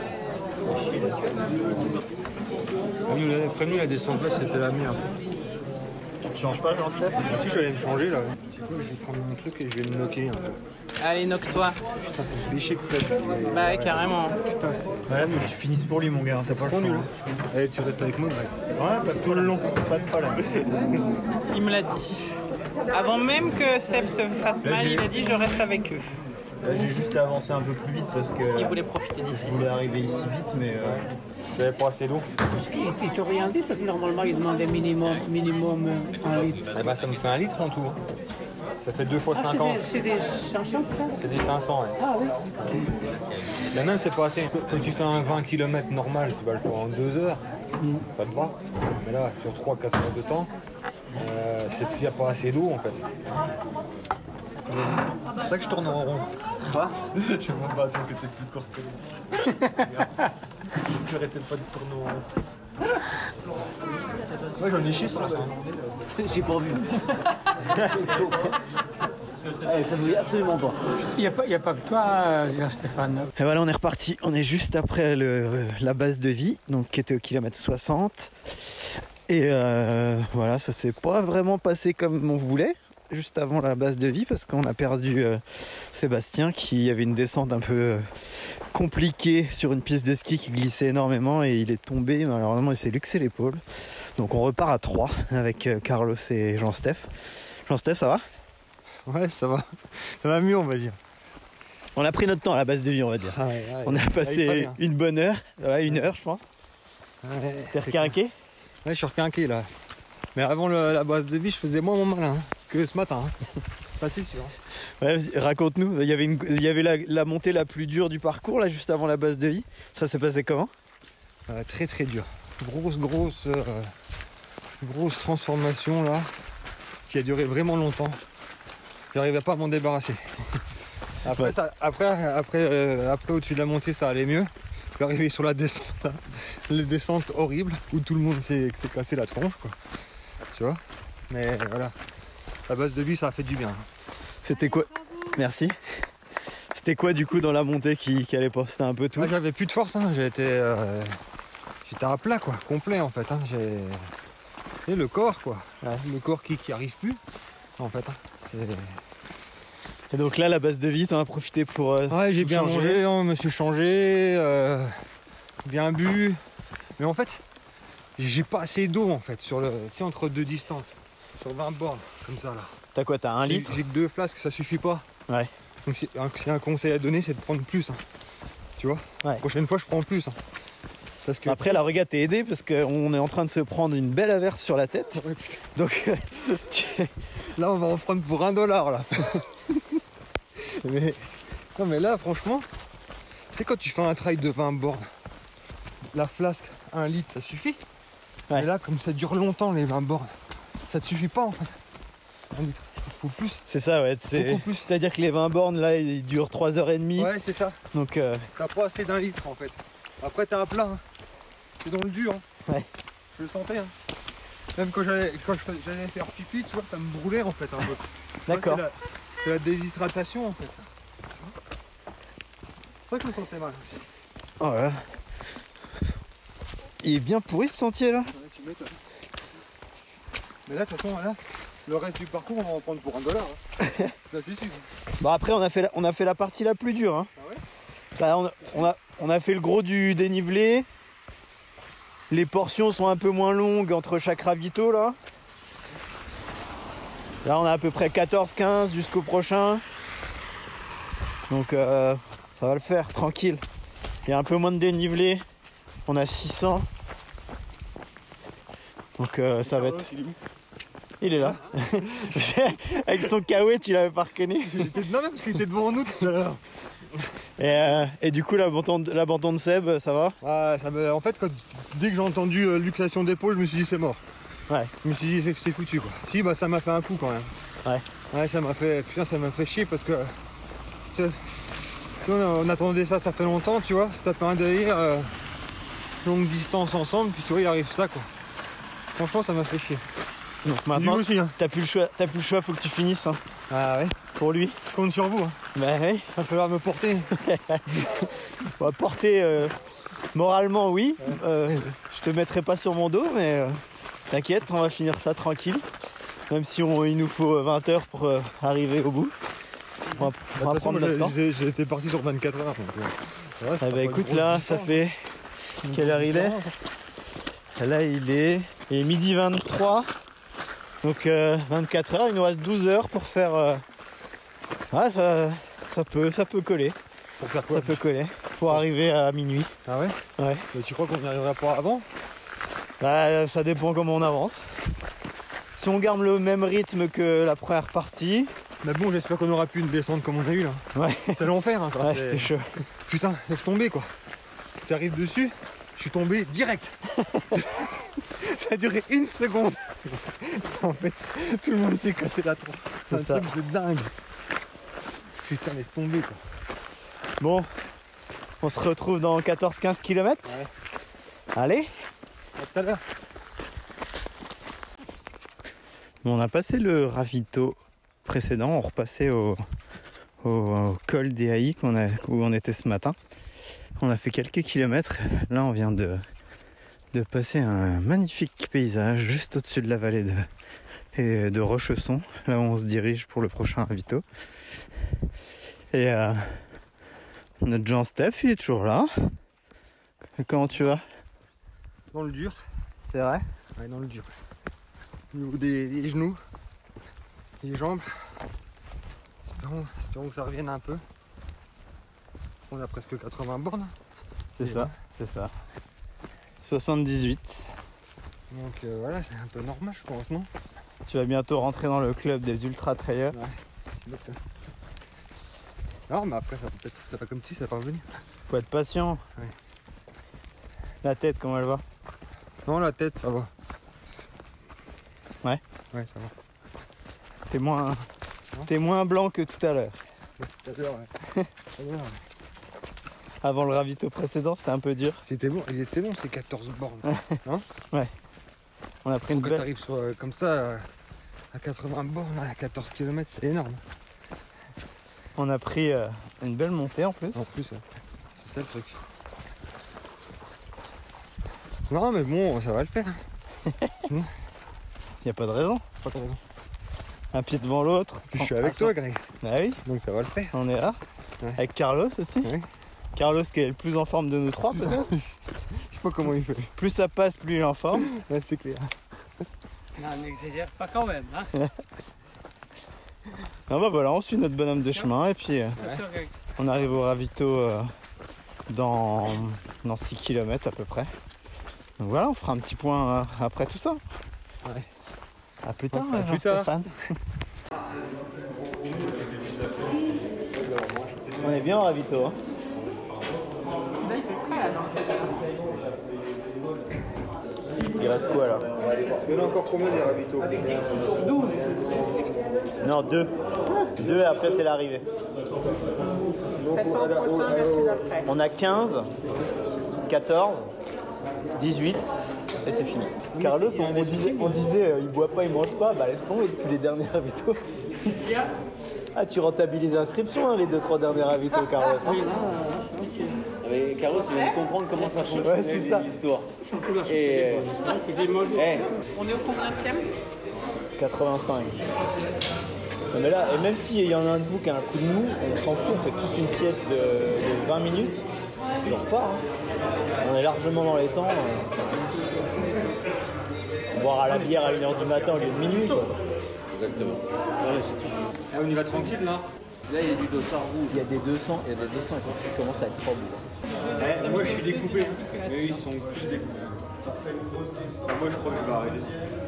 Nous, l'année prévenue, la descente là, c'était la merde. Tu changes pas, Jean-Steph? Si j'allais me changer là. Tu sais quoi, je vais prendre mon truc et je vais me knocker un peu. Allez, knock-toi. Putain, ça me fait chier que ça. Bah ouais, carrément. Putain, c'est Voilà, faut que tu finisses pour lui, mon gars. T'as pas le trop choix. nul. Hein. Allez, tu restes avec moi, Greg. Ouais, pas tout le long. Pas de problème. Il me l'a dit. Avant même que Seb se fasse Là, mal, j'ai- il a dit je reste avec eux. Là, j'ai juste avancé un peu plus vite parce que. Il voulait profiter d'ici. Je voulais arriver ici vite, mais. Euh... T'avais pas assez d'eau? Ils ne t'ont rien dit parce que normalement, ils demandaient minimum, minimum euh, un litre. Eh ben, ça me fait un litre en tout. Ça fait deux fois Ah, c'est cinquante. des, c'est des cinq cents, ça? C'est des cinq cents, ouais. Ah oui. La même, c'est pas assez. Quand tu fais un vingt kilomètres normal, tu vas le faire en deux heures. Ça te va. Mais là, sur trois quatre heures de temps, euh, c'est s'il n'y a pas assez d'eau, en fait. C'est pour ça que je tourne en rond. Quoi? Je sais même pas, toi, que t'es plus court que moi. Je arrêtais pas de tourner en rond. Ouais, j'en ai chié sur la fin. J'ai pas vu. Eh, ça se voulait absolument pas. Il n'y a, pas- il y a pas que toi, euh, Stéphane. Et voilà, on est reparti. On est juste après le, la base de vie, donc qui était au kilomètre soixante. Et euh, voilà, ça s'est pas vraiment passé comme on voulait, juste avant la base de vie, parce qu'on a perdu euh, Sébastien, qui avait une descente un peu euh, compliquée sur une piste de ski qui glissait énormément, et il est tombé, malheureusement il s'est luxé l'épaule. Donc on repart à trois avec euh, Carlos et Jean-Steph. Jean-Steph, ça va? Ouais, ça va. Ça va mieux, on va dire. On a pris notre temps à la base de vie, on va dire. Ah ouais, ouais. On a Ça allait pas passé bien. une bonne heure, ouais, une heure je pense. Ouais, T'es requinqué? Ouais, je suis requinqué là. Mais avant le- la base de vie, je faisais moins mon malin hein, que ce matin. Hein. Ça, c'est sûr. Ouais, vas-y, raconte-nous. Il y avait, une, il y avait la, la montée la plus dure du parcours, là, juste avant la base de vie. Ça s'est passé comment? Euh, très très dur. Grosse, grosse, euh, grosse transformation là, qui a duré vraiment longtemps. J'arrivais pas à m'en débarrasser. Après, Ouais. ça, après, après, euh, après au-dessus de la montée, ça allait mieux. Je suis arrivé sur la descente, hein. Les descentes horribles où tout le monde s'est s'est cassé la tronche, quoi. Tu vois. Mais voilà, la base de vie, ça a fait du bien. C'était quoi? Merci. C'était quoi du coup dans la montée qui, qui allait pas? C'était un peu tout. Moi, j'avais plus de force, hein. J'étais, euh, j'étais à plat, quoi, complet en fait. Hein. J'ai, et le corps, quoi. Ouais. Le corps qui, qui arrive plus, en fait. Hein. C'est... Et donc là, la base de vie, t'en as profité pour. euh, Ouais, j'ai tout bien changer. mangé, hein, me suis changé, euh, bien bu. Mais en fait, j'ai pas assez d'eau en fait sur le, tu sais, entre deux distances, sur vingt bornes, comme ça là. T'as quoi? T'as un J'ai- litre? J'ai que deux flasques, ça suffit pas. Ouais. Donc c'est un, c'est un conseil à donner, c'est de prendre plus. Hein. Tu vois. Ouais. La prochaine fois, je prends plus. Hein. Parce que après, la regarde est aidée parce qu'on est en train de se prendre une belle averse sur la tête. Ouais, donc, tu... là, on va en prendre pour un dollar là. mais non, mais là, franchement, c'est quand tu fais un trail de vingt bornes, la flasque, un litre, ça suffit. Ouais. Et là, comme ça dure longtemps les vingt bornes, ça te suffit pas en fait. Un litre, il faut plus. C'est ça, ouais. C'est... C'est-à-dire que les vingt bornes là, ils durent trois heures trente. Ouais, c'est ça. Donc, euh... t'as pas assez d'un litre en fait. Après, t'as un plein. Hein. C'est dans le dur. Hein. Ouais. Je le sentais. Hein. Même quand j'allais, quand j'allais faire pipi, tu vois, ça me brûlait en fait un peu. D'accord. C'est la, c'est la déshydratation en fait. Ça. C'est vrai que je me sentais mal. Oh là. Il est bien pourri ce sentier là. Ouais, tu m'étonnes. Mais là, de toute façon, là, le reste du parcours, on va en prendre pour un dollar. Hein. Ça, c'est sûr. Bah après, on a fait la, on a fait la partie la plus dure. Hein. Ah ouais. Bah, on, a, on, a, on a fait le gros du dénivelé. Les portions sont un peu moins longues entre chaque ravito là. Là, on a à peu près quatorze quinze jusqu'au prochain. Donc, euh, ça va le faire, tranquille. Il y a un peu moins de dénivelé. On a six cents. Donc euh, ça va être... Il est où ? Il est là. Avec son caouet, tu l'avais pas reconnu. était... Non mais parce qu'il était devant nous tout à l'heure. Et, euh, et du coup l'abandon de, l'abandon de Seb, ça va ? Ouais, ça me... En fait, quand... dès que j'ai entendu euh, luxation d'épaule, je me suis dit c'est mort. Ouais. Je me suis dit c'est, c'est foutu quoi. Si bah ça m'a fait un coup quand même. Ouais. Ouais, ça m'a fait... Putain, ça m'a fait chier parce que... Tu sais, on, on attendait ça, ça fait longtemps, tu vois. Se taper un délire, euh... longue distance ensemble, puis tu vois, il arrive ça quoi. Franchement, ça m'a fait chier. Donc maintenant, aussi, hein. t'as plus le choix, t'as plus le choix, faut que tu finisses. Hein. Ah ouais. Pour lui. Je compte sur vous. Hein. Bah ouais. Il va falloir me porter. On va porter euh, moralement, oui. Ouais. Euh, je te mettrai pas sur mon dos, mais euh, t'inquiète, on va finir ça tranquille. Même si on, il nous faut vingt heures pour euh, arriver au bout. On va, on va bah, prendre façon, notre temps. J'ai, j'ai été parti sur vingt-quatre heures. Donc, euh, ouais, ah bah écoute, là, ça fait... Quelle heure il est ? Là, il est... il est midi vingt-trois. Donc euh, vingt-quatre heures, il nous reste douze heures pour faire... Euh... Ah, ça, ça, peut, ça peut coller. Pour faire quoi ? Ça peut coller. Pour arriver à minuit. Ah ouais ? Ouais. Mais tu crois qu'on n'y arrivera pas avant ? Bah, ça dépend comment on avance. Si on garde le même rythme que la première partie... Mais bon, j'espère qu'on aura pu une descente comme on a eu là. Ouais. C'est l'enfer, hein, ça. Ouais, c'est... c'était chaud. Putain, laisse tomber quoi. Tu arrives dessus, je suis tombé direct. Ça a duré une seconde. En fait, tout le monde s'est cassé la tronche. C'est, c'est un ça. Truc de dingue. Putain, laisse tomber quoi. Bon, on se retrouve dans quatorze quinze kilomètres. Ouais. Allez. À tout à l'heure. Bon, on a passé le ravito précédent, on repassait au, au, au col des Haïs qu'on a, où on était ce matin. On a fait quelques kilomètres. Là, on vient de, de passer un magnifique paysage juste au-dessus de la vallée de, et de Rochesson. Là où on se dirige pour le prochain ravito. Et euh, notre Jean-Steph, il est toujours là. Et comment tu vas ? Dans le dur. C'est vrai ? Ouais, dans le dur. Au niveau des, des genoux, des jambes. Espérons, espérons que ça revienne un peu. On a presque quatre-vingts bornes. C'est ça, là. c'est ça. soixante-dix-huit. Donc euh, voilà, c'est un peu normal je pense, non ? Tu vas bientôt rentrer dans le club des ultra trailers. Ouais, c'est non mais après ça, peut-être, ça va comme tu, ça va pas revenir. Faut être patient. Ouais. La tête, comment elle va ? Non, la tête ça va. Ouais. Ouais, ça va. T'es moins, t'es moins blanc que tout à l'heure. Ouais, tout à l'heure, ouais. Tout à l'heure, ouais. Avant le ravito précédent, c'était un peu dur. C'était bon, ils étaient bons ces quatorze bornes. Hein ? Ouais. On a pris une quand belle... t'arrives sur, euh, comme ça euh, à quatre-vingts bornes, à quatorze kilomètres, c'est énorme. On a pris euh, une belle montée en plus. En plus, ouais. C'est ça le truc. Non mais bon, ça va le faire. Il n'y a pas de raison. Pas de raison. Un pied devant l'autre. Puis je suis avec toi, Greg. Bah oui. Donc ça va le faire. On est là. Ouais. Avec Carlos aussi. Ouais. Carlos qui est le plus en forme de nous trois peut-être. Je sais pas comment il fait. Plus ça passe, plus il est en forme. Ouais, c'est clair. Non, n'exagère pas quand même. Hein. Non bah voilà, on suit notre bonhomme de chemin et puis euh, ouais. on arrive au ravito euh, dans, dans six kilomètres à peu près. Donc voilà, on fera un petit point euh, après tout ça. Ouais. À plus tard, Ouais, à plus tard. On est bien au ravito. Hein. Là, il fait frais là, non? Il reste quoi là? Il y en a encore combien des ravitaux? douze. Non, deux. Deux et après c'est l'arrivée. Peut-être pas au prochain, mais celui d'après. On a quinze, quatorze, dix-huit et c'est fini. Carlos, on, on disait, on disait euh, il boit pas, il mange pas, bah laisse tomber depuis les derniers ravitaux. Ah, tu rentabilises l'inscription hein, les deux trois derniers ravitaux, Carlos. Hein. Oui, là, c'est vrai que... Avec Carlos, il vient de comprendre comment ça fonctionne, ouais, c'est ça. l'histoire. Et... Hey. On est au combienième? quatre-vingt-cinq. Non, mais là, et même s'il y en a un de vous qui a un coup de mou, on s'en fout, on fait tous une sieste de, de vingt minutes, je repars. Hein. On est largement dans les temps. Euh... Boire à la bière à une heure du matin au lieu de minuit. Quoi. Exactement. Ouais, c'est tout. Ah, on y va tranquille là. Là, il y a du dossard rouge. Il y a des deux cents, il y a des deux cents, ils sont, ils commencent à être propres. Ouais, moi, je suis découpé, mais eux, ils sont plus découpés. Enfin, moi, je crois que je vais arrêter.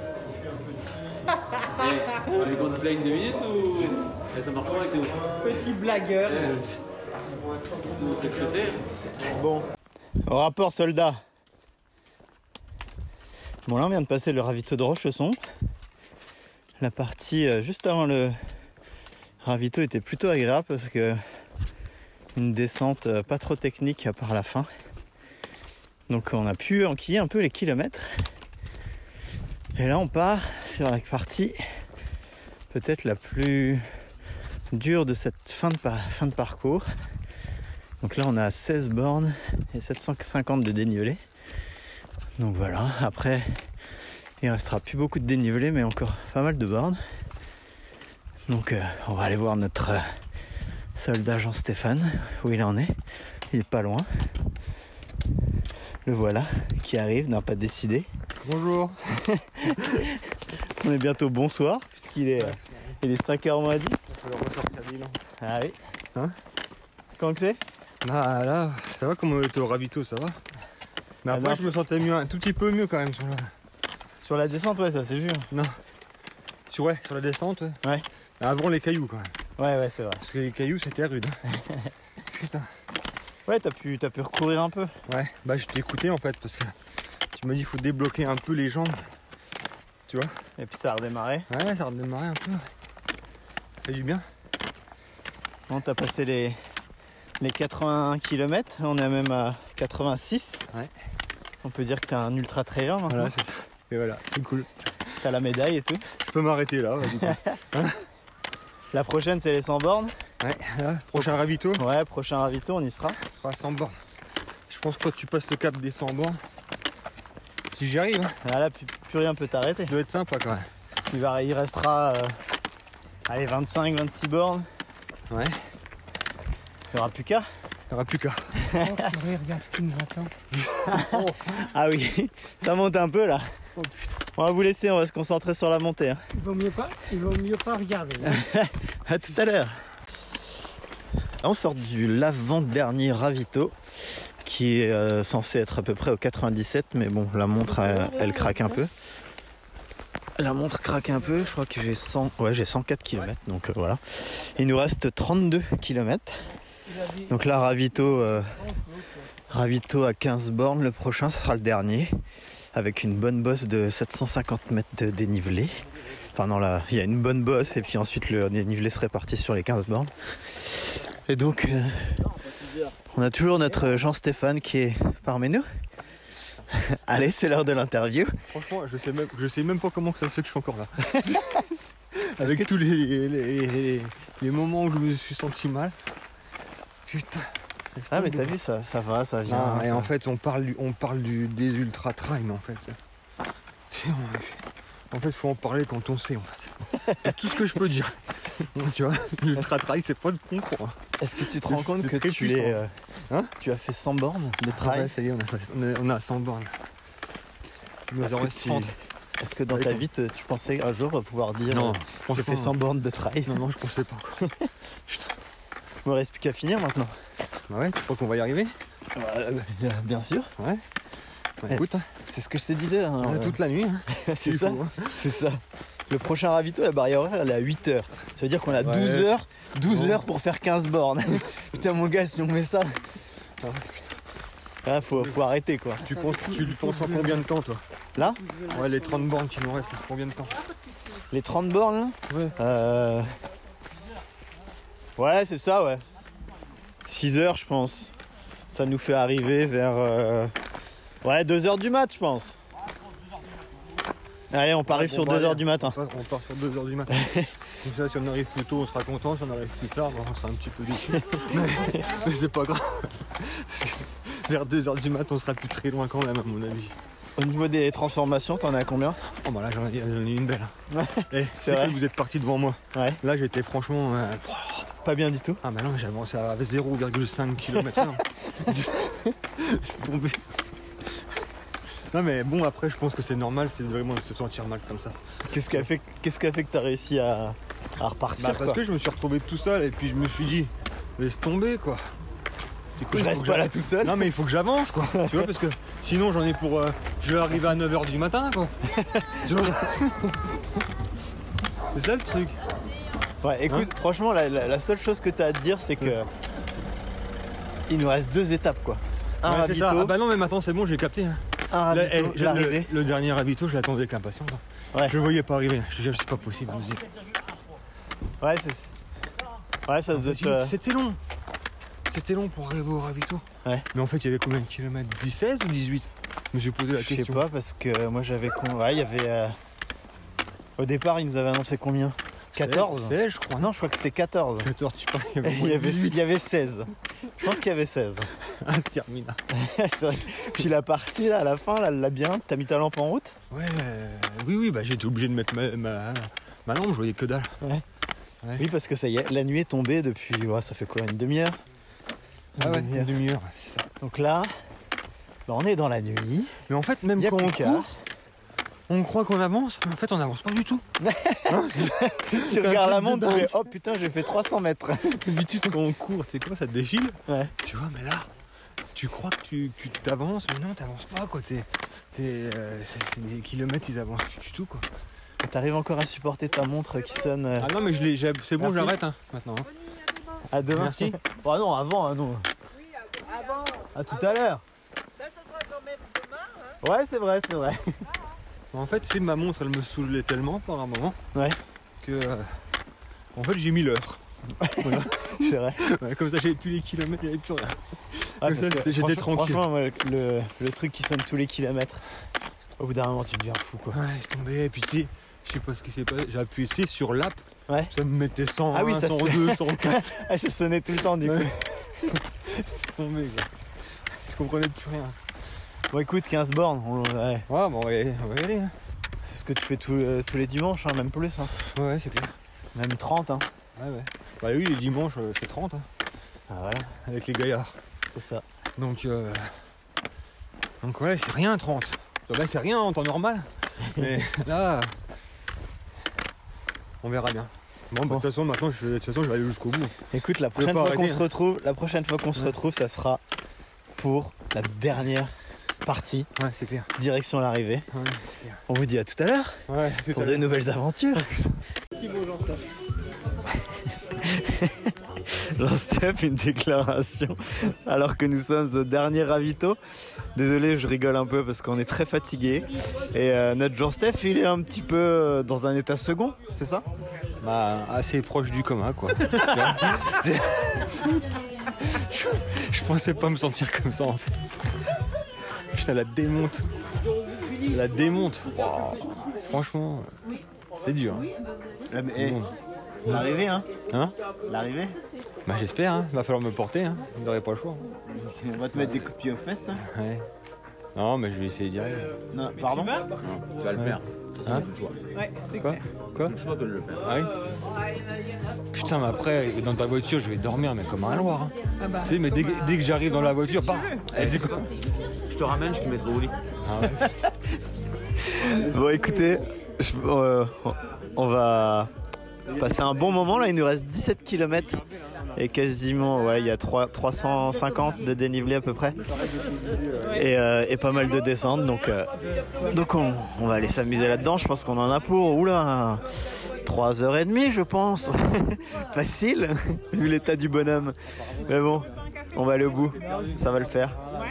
Eh, on est contre play une deux minutes ou eh, ça marche pas avec nous? Petit blagueur. On sait ce que c'est. Bon, au rapport soldat. Bon là on vient de passer le ravito de Rochesson. La partie euh, juste avant le ravito était plutôt agréable parce que une descente euh, pas trop technique à part la fin. Donc on a pu enquiller un peu les kilomètres. Et là on part sur la partie peut-être la plus dure de cette fin de, par- fin de parcours. Donc là on a seize bornes et sept cent cinquante de dénivelé. Donc voilà, après il restera plus beaucoup de dénivelé mais encore pas mal de bornes. Donc euh, on va aller voir notre euh, soldat Jean-Stéphane, où il en est. Il est pas loin. Le voilà qui arrive, n'a pas décidé. Bonjour. On est bientôt bonsoir puisqu'il est, euh, il est cinq heures moins dix. On va ressortir le bilan. Ah oui. Hein? Comment que c'est? Ah là, ça va comme on était au ravito, ça va. Mais après, non, je me sentais mieux, un tout petit peu mieux quand même sur la, sur la descente, ouais, ça c'est vu. non. Sur, ouais, sur la descente, ouais. Ouais. Avant les cailloux quand même. Ouais, ouais, c'est vrai. Parce que les cailloux c'était rude. Putain. Ouais, t'as pu, t'as pu recourir un peu. Ouais, bah je t'ai écouté en fait parce que tu m'as dit il faut débloquer un peu les jambes. Tu vois? Et puis ça a redémarré. Ouais, ça a redémarré un peu. Ça fait du bien. Bon, t'as passé les, les quatre-vingts kilomètres, on est même à quatre-vingt-six. Ouais. On peut dire que t'es un ultra trailer maintenant. Voilà, c'est ça. Et voilà, c'est cool. T'as la médaille et tout. Je peux m'arrêter là, ouais, du coup. Hein? La prochaine c'est les cent bornes. Ouais, là, prochain ravito. Ouais, prochain ravito, on y sera. Ce sera cent bornes. Je pense que quand tu passes le cap des cent bornes, si j'y arrive, hein, Ah, là, plus, plus rien peut t'arrêter. ça doit être sympa quand même. Il, va, il restera euh, allez, vingt-cinq vingt-six bornes. Ouais. Il n'y aura plus qu'à. Il n'y aura plus qu'à. Regarde ce qui nous attend. Ah oui, ça monte un peu là. Oh putain. On va vous laisser, on va se concentrer sur la montée. Hein. Il vaut mieux pas, il vaut mieux pas regarder. À tout à l'heure. On sort du l'avant-dernier ravito qui est euh, censé être à peu près au quatre-vingt-dix-sept, mais bon, la montre elle, elle craque un peu. La montre craque un peu, je crois que j'ai cent, ouais, j'ai cent quatre kilomètres, donc euh, voilà. Il nous reste trente-deux kilomètres. Donc là, ravito, euh, ravito à quinze bornes, le prochain, ce sera le dernier, avec une bonne bosse de sept cent cinquante mètres de dénivelé. Enfin non, là, il y a une bonne bosse, et puis ensuite le dénivelé se répartit sur les quinze bornes. Et donc, euh, on a toujours notre Jean-Stéphane qui est parmi nous. Allez, c'est l'heure de l'interview. Franchement, je sais même, je sais même pas comment que ça se fait que je suis encore là. Avec tous les, les, les, les moments où je me suis senti mal. Putain. Ah mais t'as vu, ça, ça va, ça vient. Ah, et ça... en fait, on parle, du, on parle du, des ultra trail, mais en fait, en fait, faut en parler quand on sait, en fait. C'est tout ce que je peux dire. Tu vois, l'ultra trail, c'est pas de concours. Est-ce que tu te rends compte c'est que très tu, puissant. es, euh, hein tu as fait cent bornes de Ah trail? ouais, ça y est, on a, on a, on a cent bornes. Il nous Est-ce en que, reste tu... trente. Est-ce que dans Allez, ta bon. vie, te- tu pensais un jour pouvoir dire Non, euh, j'ai fait cent bornes de trail? Non, non, je pensais pas. Il me reste plus qu'à finir maintenant. Bah ouais, tu crois qu'on va y arriver? Voilà, bien sûr. Ouais. Bah, écoute, c'est ce que je te disais là. Hein, toute la nuit. Hein. c'est ça. Fou, hein. C'est ça. Le prochain ravito, la barrière horaire, elle est à huit heures. Ça veut dire qu'on a ouais. douze heures, douze heures pour faire quinze bornes. Putain mon gars, si on met ça. Ah, putain. Ah, faut, faut arrêter quoi. Tu penses, tu penses en combien de temps toi? Là? Ouais, les trente bornes qui nous restent, combien de temps? Les trente bornes là? Ouais. Euh... Ouais, c'est ça, ouais. six heures, je pense. Ça nous fait arriver vers. Euh... Ouais, deux heures du mat, je pense. Allez, on parie ouais, sur deux heures du matin. On part, on part sur deux heures du matin. Comme ça, si on arrive plus tôt, on sera content. Si on arrive plus tard, on sera un petit peu déçu. mais, mais c'est pas grave. Parce que vers deux heures du matin, on sera plus très loin quand même, à mon avis. Au niveau des transformations, t'en as à combien? Oh bah là, j'en ai, j'en ai une belle. Ouais, eh, c'est vrai que vous êtes parti devant moi. Ouais. Là, j'étais franchement... Euh... Pas bien du tout. Ah bah non, j'ai avancé à zéro virgule cinq kilomètres heure. C'est tombé. Non mais bon, après je pense que c'est normal, c'est vraiment de se sentir mal comme ça. Qu'est-ce qui a fait, qu'est-ce qui a fait que t'as réussi à, à repartir? Bah parce quoi. que je me suis retrouvé tout seul et puis je me suis dit, laisse tomber quoi. C'est quoi, je reste pas là tout seul. Non mais il faut que j'avance quoi. Tu vois, parce que sinon j'en ai pour... Euh, je vais arriver à neuf heures du matin quoi. Tu vois. C'est ça le truc. Ouais, écoute, hein, franchement, la, la, la seule chose que t'as à te dire, c'est que ouais. il nous reste deux étapes, quoi. Un ouais, ravito. C'est ça. Ah bah non, mais maintenant c'est bon, j'ai capté. Hein. Un ravito, Là, eh, l'arrivée. Le, le dernier ravito, je l'attendais avec impatience. Hein. Ouais. Je le voyais pas arriver. Je disais, c'est pas possible. Ouais, c'est. Ouais, ça devait être. Euh... C'était long. C'était long pour arriver au ravito. Ouais. Mais en fait, il y avait combien de kilomètres? seize ou dix-huit? Je me suis posé la je question. Je sais pas, parce que moi j'avais. Ouais, il y avait. Euh... Au départ, ils nous avaient annoncé combien? quatorze seize, je crois. Non, je crois que c'était quatorze. quatorze, tu parles. Il y avait, il y avait, il y avait seize. Je pense qu'il y avait seize. Interminable. C'est vrai. Puis la partie là, à la fin, là, le labyrinthe, t'as mis ta lampe en route? Ouais, euh, oui, oui, bah j'ai été obligé de mettre ma, ma, ma lampe, je voyais que dalle. Ouais. Ouais. Oui, parce que ça y est, la nuit est tombée depuis, ouais, ça fait quoi, une demi-heure? Ah ouais, une demi-heure, ouais, c'est ça. Donc là, bah, on est dans la nuit. Mais en fait, même quand on court, on croit qu'on avance, mais en fait on n'avance pas du tout. Hein, tu regardes la montre, tu fais oh putain, j'ai fait trois cents mètres. D'habitude quand on court, tu sais quoi, ça te défile. Ouais. Tu vois, mais là, tu crois que tu, tu t'avances, mais non, t'avances pas quoi. T'es, t'es, euh, c'est, c'est des kilomètres, ils avancent plus du tout quoi. T'arrives encore à supporter ta montre qui sonne. Euh... Ah non, mais je l'ai, j'ai, c'est bon, merci. J'arrête hein, maintenant. Hein. À demain. Merci. Bon, non, avant, hein, non. Oui, avant. À tout à l'heure. Ça, ça sera quand même demain. Hein. Ouais, c'est vrai, c'est vrai. En fait, c'est ma montre, elle me saoulait tellement par un moment. Ouais. Que. Euh, en fait, j'ai mis l'heure. Voilà. C'est vrai. Ouais, comme ça, j'avais plus les kilomètres, j'avais plus rien. Ah, comme ça, j'étais tranquille. Franchement, moi, le, le truc qui sonne tous les kilomètres, au bout d'un moment, tu deviens fou quoi. Ouais, je tombais, et puis tu sais, je sais pas ce qui s'est passé, j'ai appuyé sur l'app. Ouais. Ça me mettait cent un, ah oui, ça cent deux, cent quatre. Ah, ça sonnait tout le temps du ouais. coup. C'est tombé quoi. Je comprenais plus rien. Bon écoute, quinze bornes, on... ouais. Ouais, bon, on va y aller. On va y aller hein. C'est ce que tu fais tous, euh, tous les dimanches, hein, même plus. Hein. Ouais, c'est clair. Même trente. Hein. Ouais, ouais. Bah oui, les dimanches, euh, c'est trente. Hein. Ah voilà. Avec les gaillards. C'est ça. Donc, euh... Donc ouais, c'est rien trente. Bah, c'est rien en temps normal. Mais là, on verra bien. Bon, bah, de toute façon, maintenant, je, de toute façon, je vais aller jusqu'au bout. Écoute, la prochaine fois qu'on hein. se retrouve, la prochaine fois qu'on se retrouve, ça sera pour la dernière partie. Ouais, c'est clair. Direction l'arrivée. Ouais, on vous dit à tout à l'heure. Ouais, tout pour à de nouvelles aventures. Jean-Steph, une déclaration alors que nous sommes au dernier ravito. Désolé, je rigole un peu parce qu'on est très fatigué. Et euh, notre Jean-Steph, il est un petit peu dans un état second, c'est ça? Bah, assez proche du coma, quoi. je, je pensais pas me sentir comme ça, en fait. Putain, la démonte. La démonte. Wow. Franchement, c'est dur. Hein. Mais, bon. L'arrivée, hein Hein L'arrivée. Bah j'espère, hein. Va falloir me porter, hein. Vous n'aurez pas le choix. On va te mettre des coups de pied aux fesses. Hein. Ouais. Non, mais je vais essayer d'y arriver. Non, pardon. Non, tu vas le faire. C'est hein le choix. Ouais, c'est quoi Quoi le choix de le faire. Ah oui. Putain, mais après, dans ta voiture, je vais dormir, mais comme un loir. Hein. Ah bah, tu sais, mais dès, dès que j'arrive dans la voiture, bah, elle dit quoi? Je te ramène, je te mettrai au lit. Ah ouais. Bon, écoutez, je, euh, on va passer un bon moment là. Il nous reste dix-sept kilomètres Et quasiment, ouais, il y a trois cent cinquante de dénivelé à peu près. Et, euh, et pas mal de descentes. Donc, euh, donc on, on va aller s'amuser là-dedans. Je pense qu'on en a pour, oula, trois heures trente, je pense. Facile, vu l'état du bonhomme. Mais bon, on va aller au bout. Ça va le faire.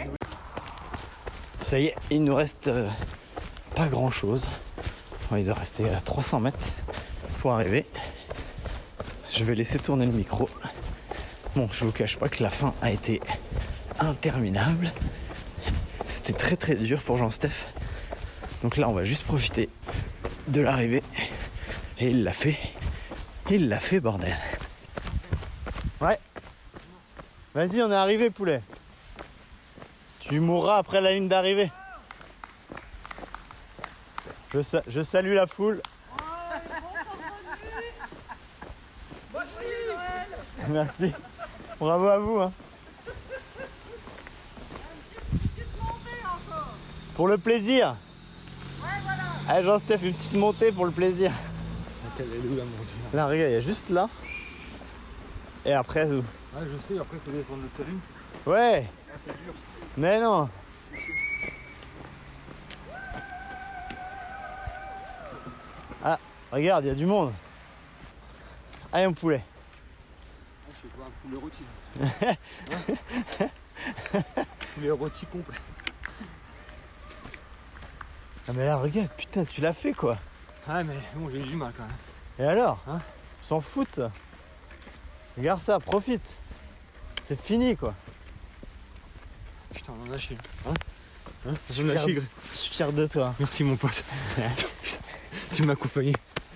Ça y est, il nous reste euh, pas grand-chose. Il doit rester à trois cents mètres pour arriver. Je vais laisser tourner le micro. Bon, je vous cache pas que la fin a été interminable. C'était très très dur pour Jean-Steph. Donc là, on va juste profiter de l'arrivée. Et il l'a fait. Il l'a fait, bordel. Ouais. Vas-y, on est arrivé, poulet. Tu mourras après la ligne d'arrivée. Je, sa- je salue la foule. Merci. Bravo à vous. Hein. Pour le plaisir. Ouais, voilà. Allez, Jean-Steph, une petite montée pour le plaisir. Elle est où la montée? Là, regarde, il y a juste là. Et après, où? Ah, je sais, après, il faut descendre le talus. Ouais. Ah, c'est dur. Mais non. Ah, regarde, il y a du monde. Allez, mon poulet. Ah, je sais pas, un poulet rôti. Hein poulet rôti complet. Ah, mais là, regarde, putain, tu l'as fait, quoi. Ah, mais bon, j'ai eu du mal quand même. Et alors? Hein? On s'en fout, ça. Regarde ça, profite. C'est fini, quoi. Putain, on en a chier. Hein? Hein? Je suis fier, je suis fier de toi. Merci, mon pote. Tu m'as accompagné.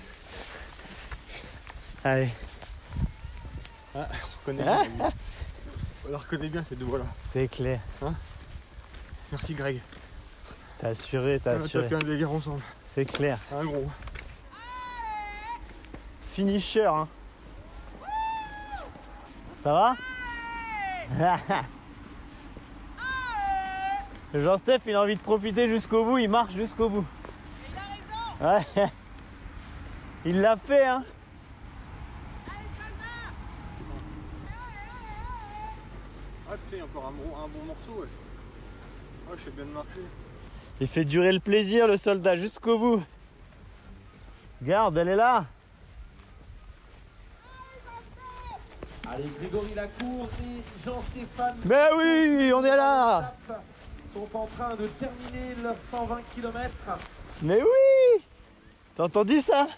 Allez. Ah, on reconnaît bien. On la reconnaît bien, cette voix-là. C'est clair. Hein? Merci, Greg. T'as assuré, t'as On a assuré. tapé un délire ensemble. C'est clair. Un gros. Finisher, hein. Ça va? Jean-Steph, il a envie de profiter jusqu'au bout, il marche jusqu'au bout. Il a raison. Ouais. Il l'a fait, hein. Ah putain, il y a encore un bon, un bon morceau, ouais. Ah, je sais bien de marcher. Il fait durer le plaisir, le soldat, jusqu'au bout. Regarde, elle est là. Allez, Grégory Lacour et Jean-Stéphane. Mais oui, on est là. Sont en train de terminer leurs cent vingt kilomètres. Mais oui. T'as entendu ça?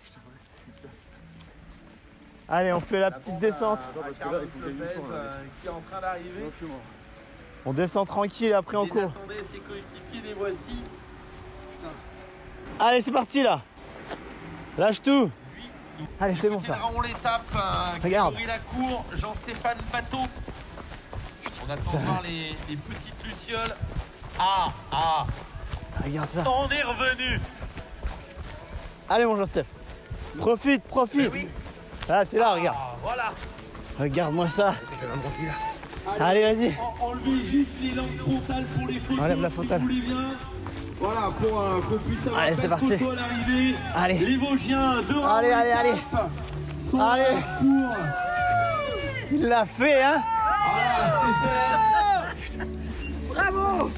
Allez, on fait la petite descente. Qui est en train d'arriver. On descend tranquille après on court. Attendez, ses coéquipiers, les voici. Allez, c'est parti là. Lâche tout. Allez, c'est bon ça. Démarrons l'étape. Euh, Regarde. Grégory Lacour, Jean-Stéphane Pateau. On attend Ça. de voir les, les petites lucioles. Ah, ah. Regarde ça. On est revenu. Allez, mon Jean-Steph. Profite, profite. Oui. Ah, c'est là, regarde. Ah, voilà. Regarde-moi ça. Allez, vas-y. En- Enlevez juste les lampes frontales pour les photos. Enlève la si frontale. vous voulez bien. Voilà, pour euh, qu'on puisse avoir Allez, cette c'est parti. photo à l'arrivée. Allez. Les Vosgiens de Allez, allez, allez. Sont Allez. à la cour. Il l'a fait, hein. Voilà, c'est fait. Bravo.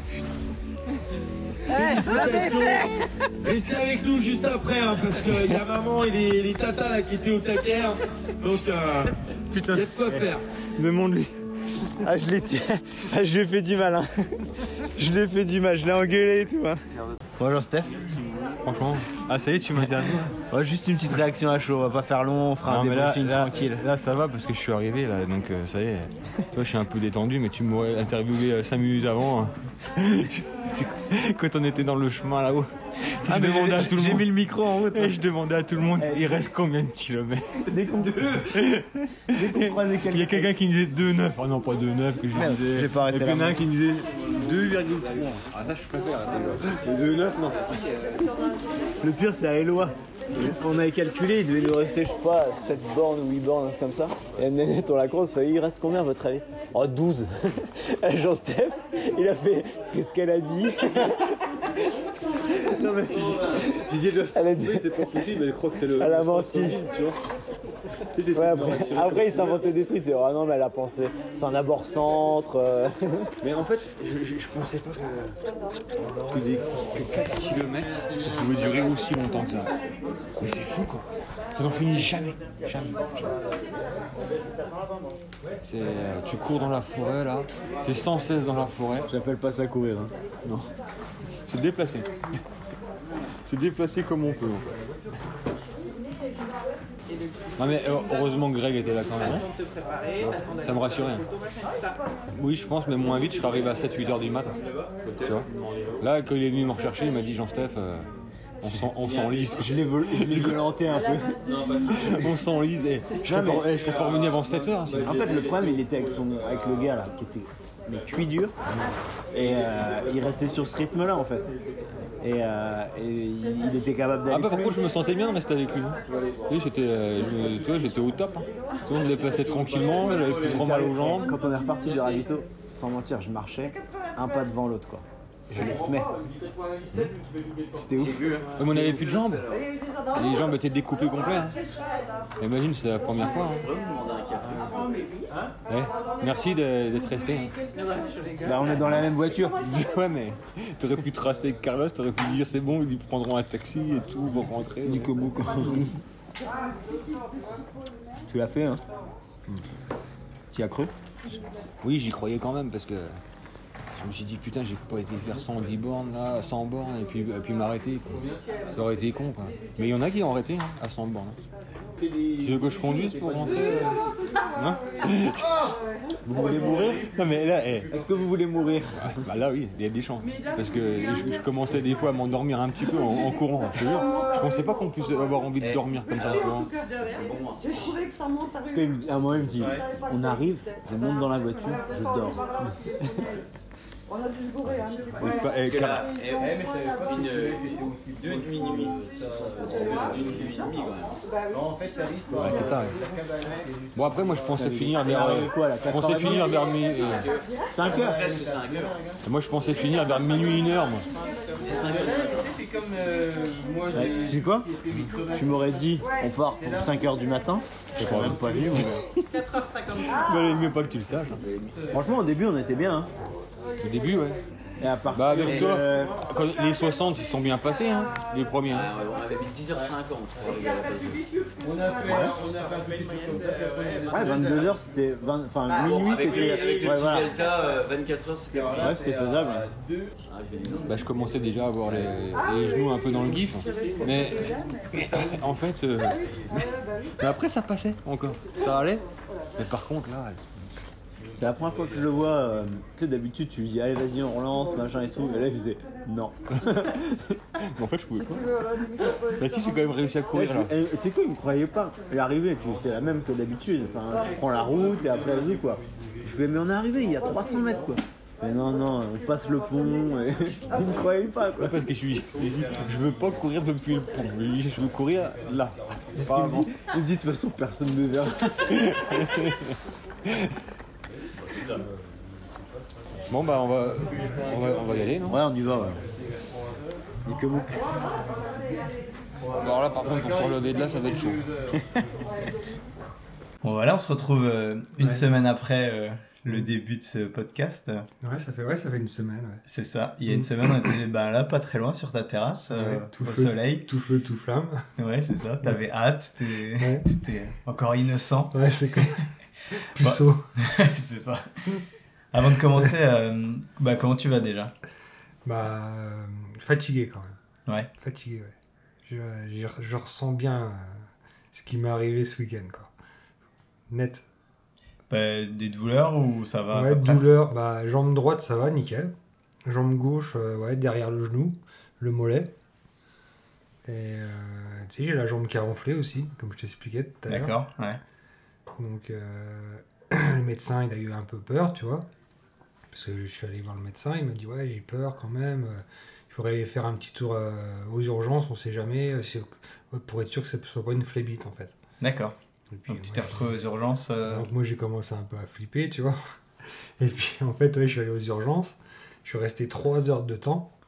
Restez avec nous juste après, hein, parce qu'il y a maman et les, les tatas là qui étaient au taquet. hein. Donc, euh, Putain. il y a de quoi faire. Demande-lui. Ah, je l'ai ah, je lui ai fait du mal, hein. Je lui ai fait du mal, je l'ai engueulé et tout, hein. Bonjour, Steph. Franchement. Ah, ça y est, tu m'as interviewé. Ouais, juste une petite réaction à chaud, on va pas faire long, on fera Non, un mais là, débriefing là, tranquille. Là, ça va parce que je suis arrivé là, donc euh, ça y est. Toi, je suis un peu détendu, mais tu m'aurais interviewé cinq minutes avant. hein. Quand on était dans le chemin là-haut, Ah, je mais demandais à tout le J'ai monde. mis le micro en route. Et je demandais à tout le monde, il reste combien de kilomètres? Dès qu'on dès qu'on croisait quelqu'un. Il y a quelqu'un qui me disait deux neuf. Oh non, pas deux neuf que je Merde, disais. j'ai pas arrêté Et puis il y en a là. un qui me disait deux virgule trois. Ah, ça, je préfère. Et deux neuf, non. Le pire, c'est à Eloi. On avait calculé, il devait nous rester, je sais pas, sept bornes ou huit bornes, comme ça. Et à Nénette, on la course, il il reste combien à votre avis? Oh, douze. Jean-Steph, il a fait, qu'est-ce qu'elle a dit? Non mais, Didier de elle a dit, c'est pas possible, mais je crois que c'est le. elle a menti. Tu vois. Ouais, après, après, il s'inventait des trucs. C'est oh non, mais elle a pensé. C'est un abord centre. Euh... Mais en fait, je, je, je pensais pas que, que, des, que quatre kilomètres, ça pouvait durer aussi longtemps que ça. Mais c'est fou, quoi. Ça n'en finit jamais. Jamais. jamais. C'est, euh, tu cours dans la forêt, là. T'es sans cesse dans la forêt. J'appelle pas ça courir. Hein. Non. C'est déplacé. C'est déplacé comme on peut. Non mais heureusement que Greg était là quand même. Ouais, ça me rassurait. Oui, je pense, mais moins vite, je serais arrivé à sept huit heures du matin. Tu vois. Là, quand il est venu me rechercher, il m'a dit Jean-Steph, euh, on, s'en, on s'enlise. Je l'ai, vol- je l'ai violenté un peu. On s'enlise. Et je serais pas, eh, pas revenu avant sept heures. En fait, le problème, il était avec, son, avec le gars là, qui était mais cuit dur. Et euh, il restait sur ce rythme-là en fait. Et, euh, et il, il était capable d'aller. Ah bah par contre je me sentais bien de rester avec lui. Oui, j'étais, euh, je, tu vois, j'étais au top. Hein. Sinon je me déplaçais tranquillement, j'avais plus trop mal aux jambes. Quand on est reparti du ravito, sans mentir, je marchais un pas devant l'autre quoi. Je les semais. Mmh. C'était ouf. Ouais, mais on n'avait plus de jambes. Les jambes étaient découpées complet. Hein. Imagine, c'est la première fois. Hein. Ouais. Merci de, d'être resté. Hein. Bah, on est dans la même voiture. Ouais, mais t'aurais pu tracer avec Carlos, t'aurais pu dire c'est bon, ils prendront un taxi et tout pour rentrer. Du comou. Tu l'as fait, hein mmh. Tu y as cru? Oui, j'y croyais quand même parce que. Je me suis dit putain j'ai pas été faire cent dix bornes là, cent bornes et puis, et puis m'arrêter quoi. Ça aurait été con quoi. Mais il y en a qui ont arrêté hein, à cent bornes. Tu veux que je conduise pour rentrer euh... Non. Vous voulez mourir? Non mais là, hey. Est-ce que vous voulez mourir? Bah là oui, il y a des chances. Parce que je, je commençais des fois à m'endormir un petit peu en, en courant. Je te jure. Je pensais pas qu'on puisse avoir envie de dormir comme ça en courant. J'ai trouvé que ça monte. Parce qu'à un moment il me dit, on arrive, je monte dans la voiture, je dors. On a dû se bourrer, hein. Et, et, et, mais t'avais pas une, deux nuits nuit. Deux nuits nuit quand même. En fait, ça risque. Ouais, c'est ça. Ouais. Bon après moi je pensais finir vers. Euh, quoi, là, je pensais finir vers minuit. cinq heures. Presque cinq heures. Moi je pensais finir vers minuit une heure moi. cinq heures. C'est comme euh, moi. Ouais, tu sais quoi? Tu m'aurais dit on part pour cinq heures du matin. Je serais même pas venu. quatre heures cinquante. Mais mieux pas que tu le saches. Franchement au début on était bien. Hein. Au début, ouais. Et à partir bah avec toi, euh... quand les soixante ils se sont bien passés, hein, les premiers. Hein. Ah, on avait mis dix heures cinquante pour arriver à la base. On a fait, ouais. on a fait une moyenne de ouais, vingt-deux heures c'était vingt... enfin ah, minuit bon, avec c'était le, avec le ouais, petit voilà. delta euh, vingt-quatre heures c'était ouais, c'était faisable. Ah, je bah je commençais déjà à avoir les, les genoux un peu dans le gif, mais, mais en fait, euh... mais après ça passait encore, ça allait. Mais par contre là. C'est la première fois que je le vois, euh, tu sais d'habitude tu lui dis allez vas-y on relance machin et tout, et là il faisait non. Mais en fait je pouvais pas. Bah si j'ai quand même réussi à courir là. Tu sais quoi, il me croyait pas. L'arrivée, tu c'est la même que d'habitude, enfin tu prends la route et après vas-y quoi. Je fais mais on est arrivé il y a trois cents mètres quoi. Mais non non, on passe le pont et il me croyait pas quoi. Ouais, parce que je suis je veux pas courir depuis le pont, je veux courir là. C'est ce qu'il me dit. Il me dit de toute façon personne ne me verra. Bon bah on va, on va on va y aller non? Ouais on y va ouais. Et que bouc. Bon alors là par contre pour se relever de là ça va être chaud. Bon voilà on se retrouve euh, une ouais. semaine après euh, le début de ce podcast. Ouais ça fait ouais ça fait une semaine ouais. C'est ça. Il y a une semaine on était ben là pas très loin sur ta terrasse euh, ouais, tout au feu, soleil. Tout feu tout flamme. Ouais c'est ça. T'avais ouais. hâte. T'étais, ouais. t'étais encore innocent. Ouais c'est comme puceau. Bah, c'est ça. Avant de commencer, euh, bah, comment tu vas déjà? Bah, euh, fatigué quand même. Ouais. Fatigué, ouais. Je, je, je ressens bien euh, ce qui m'est arrivé ce week-end, quoi. Net. Bah, des douleurs ou ça va? Ouais, douleurs. Bah, jambe droite, ça va, nickel. Jambe gauche, euh, ouais, derrière le genou, le mollet. Et euh, tu sais, j'ai la jambe qui a enflé aussi, comme je t'expliquais tout à l'heure. D'accord, ouais. Donc, euh, le médecin, il a eu un peu peur, tu vois. Parce que je suis allé voir le médecin, il m'a dit ouais j'ai peur quand même, il faudrait faire un petit tour euh, aux urgences, on sait jamais, pour être sûr que ce ne soit pas une phlébite en fait. D'accord. Puis, donc tu t'es retrouvé aux urgences euh... Donc moi j'ai commencé un peu à flipper, tu vois. Et puis en fait ouais, je suis allé aux urgences, je suis resté trois heures de temps,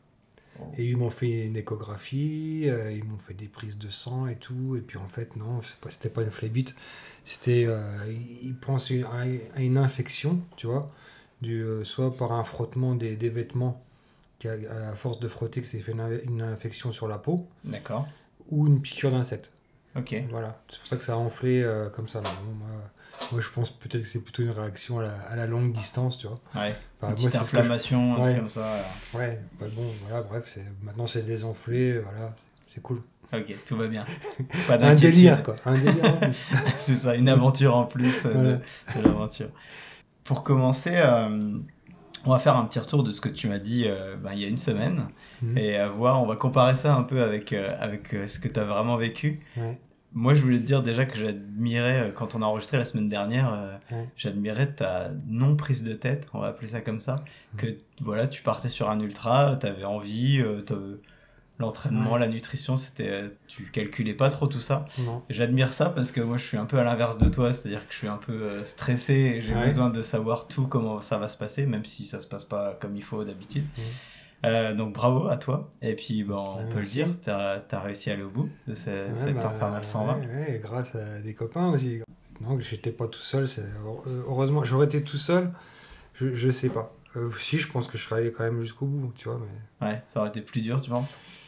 Et ils m'ont fait une échographie, euh, ils m'ont fait des prises de sang et tout. Et puis en fait, non, c'est pas, c'était pas une phlébite. C'était, euh, ils pensent à, à une infection, tu vois, du, euh, soit par un frottement des, des vêtements, qui a, à force de frotter, que c'est fait une, une infection sur la peau. D'accord. Ou une piqûre d'insecte. Ok. Voilà, c'est pour ça que ça a enflé euh, comme ça. Bon, moi, moi, je pense peut-être que c'est plutôt une réaction à la, à la longue distance, tu vois. Ouais. Enfin, une petite moi, c'est inflammation, ce que je... un ouais. truc comme ça. Alors. Ouais, bah bon, voilà, bref, c'est... maintenant c'est désenflé, voilà, c'est cool. Ok, tout va bien. Pas un délire, quoi. Un délire en plus. C'est ça, une aventure en plus euh, de, de l'aventure. Pour commencer, euh, on va faire un petit retour de ce que tu m'as dit euh, ben, il y a une semaine. Mmh. Et à voir, on va comparer ça un peu avec, euh, avec euh, ce que tu as vraiment vécu. Ouais. Moi, je voulais te dire déjà que j'admirais, quand on a enregistré la semaine dernière, euh, ouais. j'admirais ta non-prise de tête, on va appeler ça comme ça, mmh. que voilà, tu partais sur un ultra, tu avais envie, euh, l'entraînement, ouais. la nutrition, c'était, tu calculais pas trop tout ça. Non. Et j'admire ça parce que moi, je suis un peu à l'inverse de toi, c'est-à-dire que je suis un peu euh, stressé et j'ai ouais. besoin de savoir tout, comment ça va se passer, même si ça se passe pas comme il faut d'habitude. Mmh. Euh, donc bravo à toi, et puis bon, on ouais, peut merci. le dire, tu as réussi à aller au bout de ce, ouais, cette bah, Infernal cent vingt. Ouais, ouais, grâce à des copains aussi. Non, j'étais pas tout seul, c'est... heureusement, j'aurais été tout seul, je, je sais pas. Euh, si, je pense que je serais allé quand même jusqu'au bout, tu vois. Mais... Ouais, ça aurait été plus dur, tu penses ?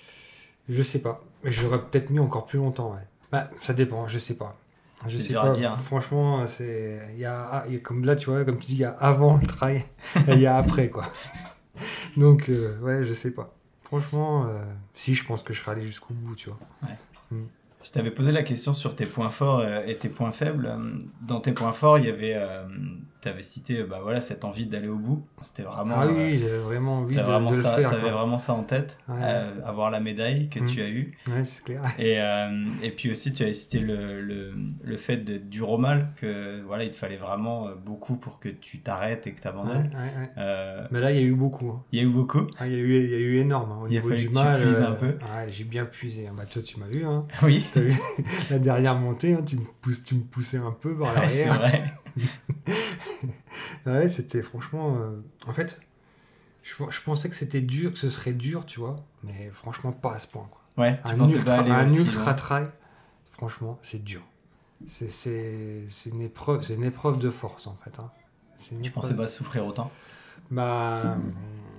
Je sais pas, mais j'aurais peut-être mis encore plus longtemps, ouais. Bah, ça dépend, je sais pas. Je c'est sais dur pas, à dire. Franchement, c'est... Il y a... Il y a comme là, tu vois, comme tu dis, il y a avant le trail, et il y a après, quoi. Donc, euh, ouais, je sais pas. Franchement, euh, si, je pense que je serais allé jusqu'au bout, tu vois. Ouais. Mm. Je t'avais posé la question sur tes points forts et tes points faibles. Dans tes points forts, il y avait, euh, tu avais cité bah, voilà, cette envie d'aller au bout. C'était vraiment... Ah oui, euh, j'avais vraiment envie de, vraiment de ça, le faire. Tu avais vraiment ça en tête, ouais. euh, avoir la médaille que mmh. tu as eue. Ouais, c'est clair. Et, euh, et puis aussi, tu avais cité le, le, le fait de, du Romal, que voilà, il te fallait vraiment beaucoup pour que tu t'arrêtes et que tu abandonnes. Ouais, ouais, ouais. Euh, Mais là, il y a eu beaucoup. Hein. Il y a eu beaucoup ah, il, y a eu, il y a eu énorme. Hein. Au il niveau a fallu du que mal, tu puises euh, un peu. Ouais, j'ai bien puisé. Bah, toi, tu m'as vu. Hein. Oui. T'as vu la dernière montée, hein, tu, me pousses, tu me poussais un peu par l'arrière. Ouais, c'est vrai. Ouais, c'était franchement... Euh... En fait, je, je pensais que c'était dur, que ce serait dur, tu vois, mais franchement, pas à ce point, quoi. Ouais, tu un pensais ultra, pas aller un aussi ultra loin. trail, franchement, c'est dur. C'est, c'est, c'est, une épreuve, c'est une épreuve de force, en fait. Hein. Tu épreuve... pensais pas souffrir autant ? Bah... Mmh.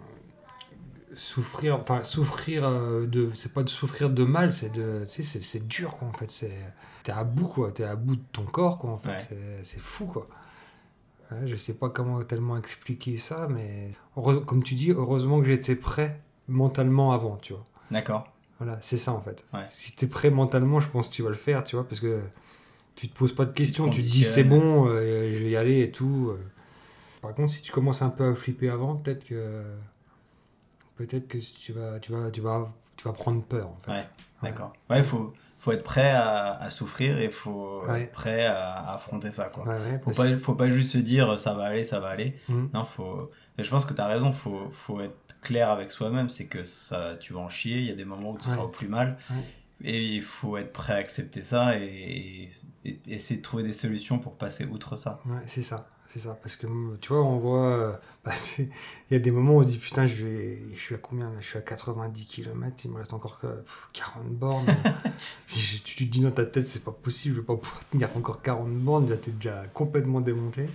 Souffrir, enfin, souffrir euh, de... C'est pas de souffrir de mal, c'est de... Tu sais, c'est, c'est dur, quoi, en fait. C'est... T'es à bout, quoi. T'es à bout de ton corps, quoi, en fait. Ouais. C'est, c'est fou, quoi. Ouais, je sais pas comment tellement expliquer ça, mais... Heureux... Comme tu dis, heureusement que j'étais prêt mentalement avant, tu vois. D'accord. Voilà, c'est ça, en fait. Ouais. Si t'es prêt mentalement, je pense que tu vas le faire, tu vois, parce que tu te poses pas de questions, tu te, tu te dis conditionnes. c'est bon, euh, je vais y aller et tout. Par contre, si tu commences un peu à flipper avant, peut-être que... Peut-être que tu vas, tu vas, tu vas, tu vas prendre peur, en fait. Ouais, d'accord. Ouais, il faut, faut être prêt à, à souffrir et il faut ouais. être prêt à, à affronter ça, quoi. Ouais, ouais, faut pas, que... faut pas juste se dire ça va aller, ça va aller. Mmh. Non, faut. Et je pense que tu as raison. Faut, faut être clair avec soi-même. C'est que ça, tu vas en chier. Il y a des moments où tu seras ouais. au plus mal. Ouais. Et il faut être prêt à accepter ça et, et, et essayer de trouver des solutions pour passer outre ça. Ouais, c'est ça. C'est ça, parce que tu vois, on voit. Bah, il y a des moments où on dit putain, je, vais, je suis à combien là ? Je suis à quatre-vingt-dix kilomètres, il me reste encore que, pff, quarante bornes. tu, tu te dis dans ta tête, c'est pas possible, je vais pas pouvoir tenir encore quarante bornes, là t'es déjà complètement démonté.